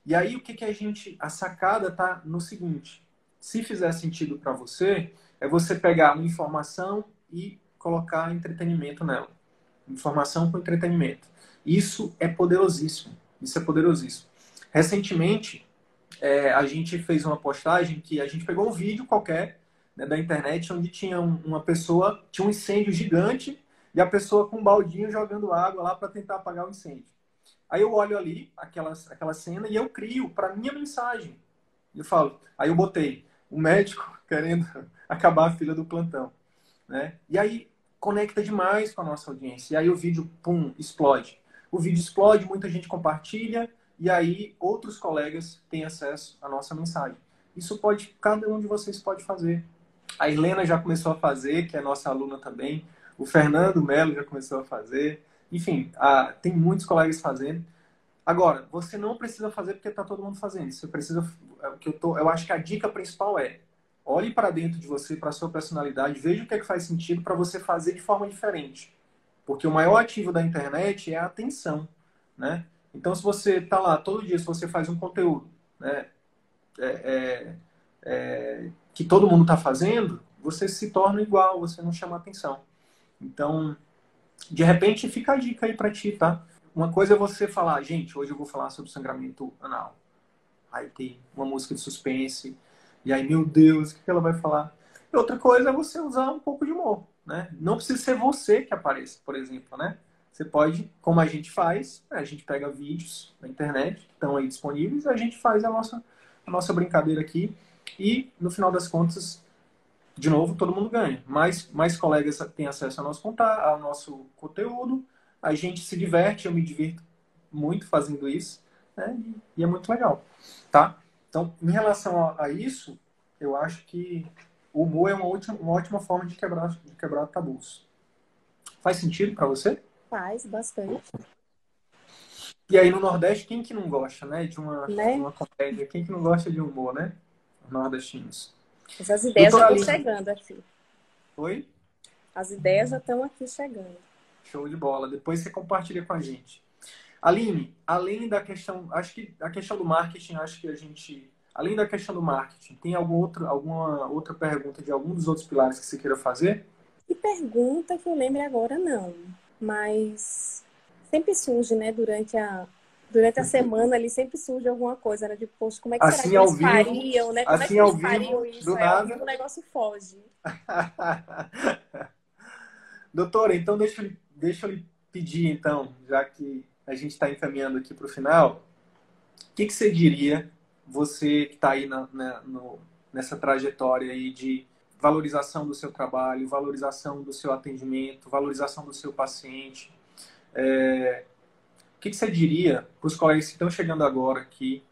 S1: E aí, o que, que a gente... A sacada tá no seguinte. Se fizer sentido para você, é você pegar uma informação e colocar entretenimento nela. Informação com entretenimento. Isso é poderosíssimo. Isso é poderosíssimo. Recentemente, é, a gente fez uma postagem que a gente pegou um vídeo qualquer, né, da internet, onde tinha um, uma pessoa, tinha um incêndio gigante, e a pessoa com um baldinho jogando água lá para tentar apagar o incêndio. Aí eu olho ali aquela, aquela cena e eu crio para minha mensagem. Eu falo, aí eu botei o médico querendo acabar a fila do plantão, né? E aí conecta demais com a nossa audiência. E aí o vídeo, pum, explode. O vídeo explode, muita gente compartilha, e aí outros colegas têm acesso à nossa mensagem. Isso pode, cada um de vocês pode fazer. A Helena já começou a fazer, que é nossa aluna também. O Fernando Melo já começou a fazer. Enfim, a, tem muitos colegas fazendo. Agora, você não precisa fazer porque está todo mundo fazendo. Você precisa. O que eu, tô, eu acho que a dica principal é: olhe para dentro de você, para a sua personalidade, veja o que é que faz sentido para você fazer de forma diferente. Porque o maior ativo da internet é a atenção, né? Então, se você está lá todo dia, se você faz um conteúdo, né, é, é, é, que todo mundo está fazendo, você se torna igual, você não chama atenção. Então, de repente, fica a dica aí para ti, tá? Uma coisa é você falar, gente, hoje eu vou falar sobre sangramento anal. Aí tem uma música de suspense, e aí, meu Deus, o que ela vai falar? E outra coisa é você usar um pouco de humor, né? Não precisa ser você que apareça, por exemplo, né? Você pode, como a gente faz, a gente pega vídeos na internet que estão aí disponíveis, a gente faz a nossa, a nossa brincadeira aqui e, no final das contas, de novo, todo mundo ganha. Mais, mais colegas têm acesso ao nosso, contato, ao nosso conteúdo, a gente se diverte, eu me divirto muito fazendo isso, né? E é muito legal, tá? Então, em relação a, a isso, eu acho que o humor é uma, última, uma ótima forma de quebrar, de quebrar tabus. Faz sentido para você?
S2: Faz bastante.
S1: E aí no Nordeste, quem que não gosta, né? De uma, de
S2: Né?
S1: uma comédia? Quem que não gosta de humor, né? Os nordestinos.
S2: Mas as ideias já
S1: Doutora
S2: estão
S1: Aline.
S2: chegando aqui.
S1: Oi?
S2: As ideias já estão aqui chegando.
S1: Show de bola. Depois você compartilha com a gente. Aline, além da questão, acho que a questão do marketing, acho que a gente, além da questão do marketing, tem algum outro, alguma outra pergunta de algum dos outros pilares que você queira fazer?
S2: E pergunta que eu lembre agora, não. Mas sempre surge, né, durante a, durante a semana ali, sempre surge alguma coisa, né? De, poxa, como é que será
S1: Assim
S2: que
S1: ao
S2: eles
S1: vivo,
S2: fariam, né? Como é que
S1: assim ao
S2: eles fariam
S1: vivo,
S2: isso?
S1: do
S2: É, ao vivo
S1: nada.
S2: o negócio foge.
S1: Doutora, então deixa eu, deixa eu lhe pedir, então, já que a gente está encaminhando aqui para o final, o que, que você diria, você que está aí na, na, no, nessa trajetória aí de valorização do seu trabalho, valorização do seu atendimento, valorização do seu paciente, é, o que, que você diria para os colegas que estão chegando agora aqui,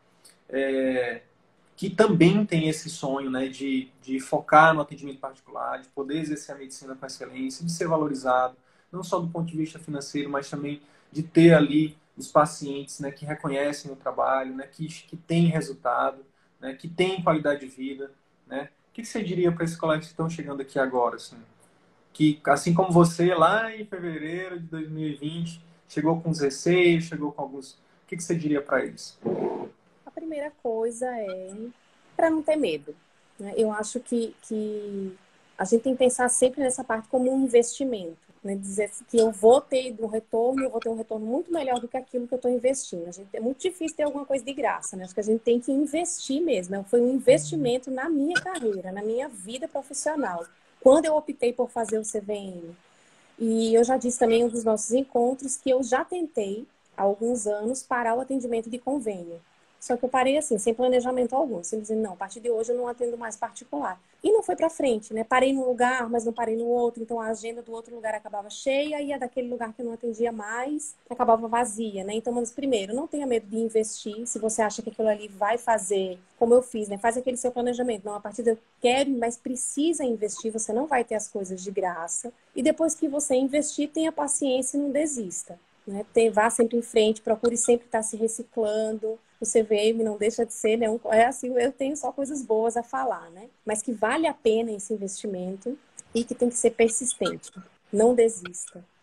S1: é, que também tem esse sonho, né, de, de focar no atendimento particular, de poder exercer a medicina com excelência, de ser valorizado, não só do ponto de vista financeiro, mas também de ter ali os pacientes, né, que reconhecem o trabalho, né, que, que têm resultado, né, que têm qualidade de vida, né? O que você diria para esses colegas que estão chegando aqui agora, assim? Que, assim como você, lá em fevereiro de dois mil e vinte, chegou com os receios, chegou com alguns... O que você diria para eles?
S2: A primeira coisa é para não ter medo, né? Eu acho que, que a gente tem que pensar sempre nessa parte como um investimento, né? Dizer que eu vou ter um retorno, eu vou ter um retorno muito melhor do que aquilo que eu estou investindo. A gente, é muito difícil ter alguma coisa de graça, né? Acho que a gente tem que investir mesmo. Foi um investimento na minha carreira, na minha vida profissional. Quando eu optei por fazer o C V M. E eu já disse também em um dos nossos encontros que eu já tentei, há alguns anos, parar o atendimento de convênio. Só que eu parei assim, sem planejamento algum. Simplesmente, não, a partir de hoje eu não atendo mais particular. E não foi pra frente, né? Parei num lugar, mas não parei no outro. Então a agenda do outro lugar acabava cheia e a daquele lugar que eu não atendia mais acabava vazia, né? Então, mas primeiro, não tenha medo de investir. Se você acha que aquilo ali vai fazer, como eu fiz, né? Faz aquele seu planejamento. Não, a partir de eu quero, mas precisa investir. Você não vai ter as coisas de graça. E depois que você investir, tenha paciência e não desista. Né? Tem, vá sempre em frente, procure sempre estar se reciclando. O C V M não deixa de ser, né? Um, é assim, eu tenho só coisas boas a falar, né? Mas que vale a pena esse investimento e que tem que ser persistente. Não desista.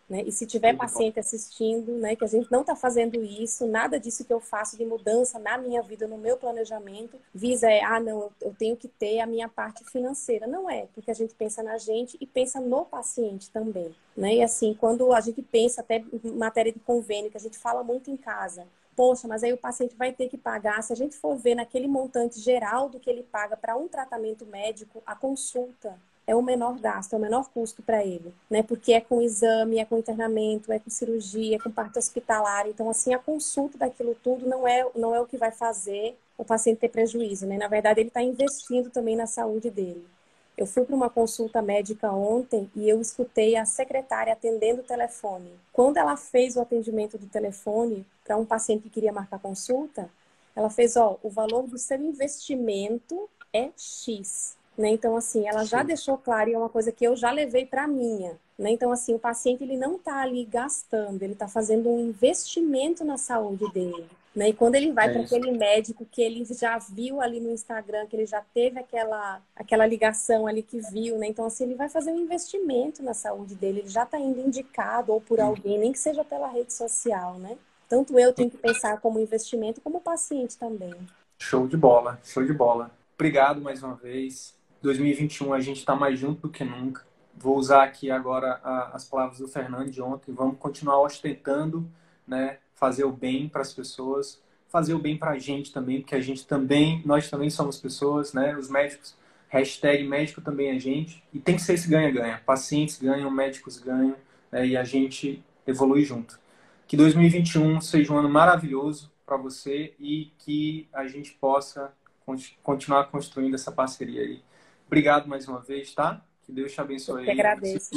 S2: Né? E se tiver paciente assistindo, né, que a gente não está fazendo isso, nada disso que eu faço de mudança na minha vida, no meu planejamento, visa é, ah, não, eu tenho que ter a minha parte financeira. Não é, porque a gente pensa na gente e pensa no paciente também. Né? E assim, quando a gente pensa até em matéria de convênio, que a gente fala muito em casa, poxa, mas aí o paciente vai ter que pagar, se a gente for ver naquele montante geral do que ele paga para um tratamento médico, a consulta é o menor gasto, é o menor custo para ele, né? Porque é com exame, é com internamento, é com cirurgia, é com parto hospitalar. Então, assim, a consulta daquilo tudo não é, não é o que vai fazer o paciente ter prejuízo, né? Na verdade, ele está investindo também na saúde dele. Eu fui para uma consulta médica ontem e eu escutei a secretária atendendo o telefone. Quando ela fez o atendimento do telefone para um paciente que queria marcar consulta, ela fez, ó, o valor do seu investimento é X. Né? Então, assim, ela já Sim. deixou claro, e é uma coisa que eu já levei para a minha. Né? Então, assim, o paciente ele não está ali gastando, ele está fazendo um investimento na saúde dele. Né? E quando ele vai é para aquele médico que ele já viu ali no Instagram, que ele já teve aquela, aquela ligação ali que viu, né? Então, assim, ele vai fazer um investimento na saúde dele, ele já está indo indicado ou por alguém, nem que seja pela rede social, né? Tanto eu tenho que pensar como investimento, como o paciente também.
S1: Show de bola, show de bola. Obrigado mais uma vez. dois mil e vinte e um a gente está mais junto do que nunca. Vou usar aqui agora a, as palavras do Fernando de ontem. Vamos continuar ostentando, né, fazer o bem para as pessoas, fazer o bem para a gente também, porque a gente também, nós também somos pessoas, né? Os médicos, hashtag médico também é gente. E tem que ser esse ganha-ganha. Pacientes ganham, médicos ganham, né, e a gente evolui junto. Que dois mil e vinte e um seja um ano maravilhoso para você e que a gente possa continuar construindo essa parceria aí. Obrigado mais uma vez, tá? Que Deus te abençoe.
S2: Eu que agradeço.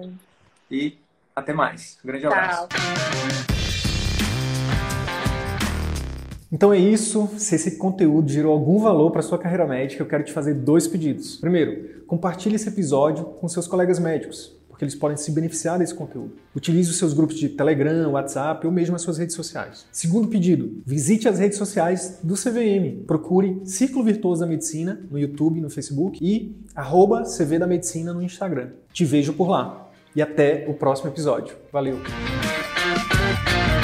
S1: E até mais. Um grande abraço.
S2: Tchau.
S3: Então é isso. Se esse conteúdo gerou algum valor para sua carreira médica, eu quero te fazer dois pedidos. Primeiro, compartilhe esse episódio com seus colegas médicos, porque eles podem se beneficiar desse conteúdo. Utilize os seus grupos de Telegram, WhatsApp ou mesmo as suas redes sociais. Segundo pedido, visite as redes sociais do C V M. Procure Ciclo Virtuoso da Medicina no YouTube, no Facebook e arroba C V da Medicina no Instagram. Te vejo por lá. E até o próximo episódio. Valeu!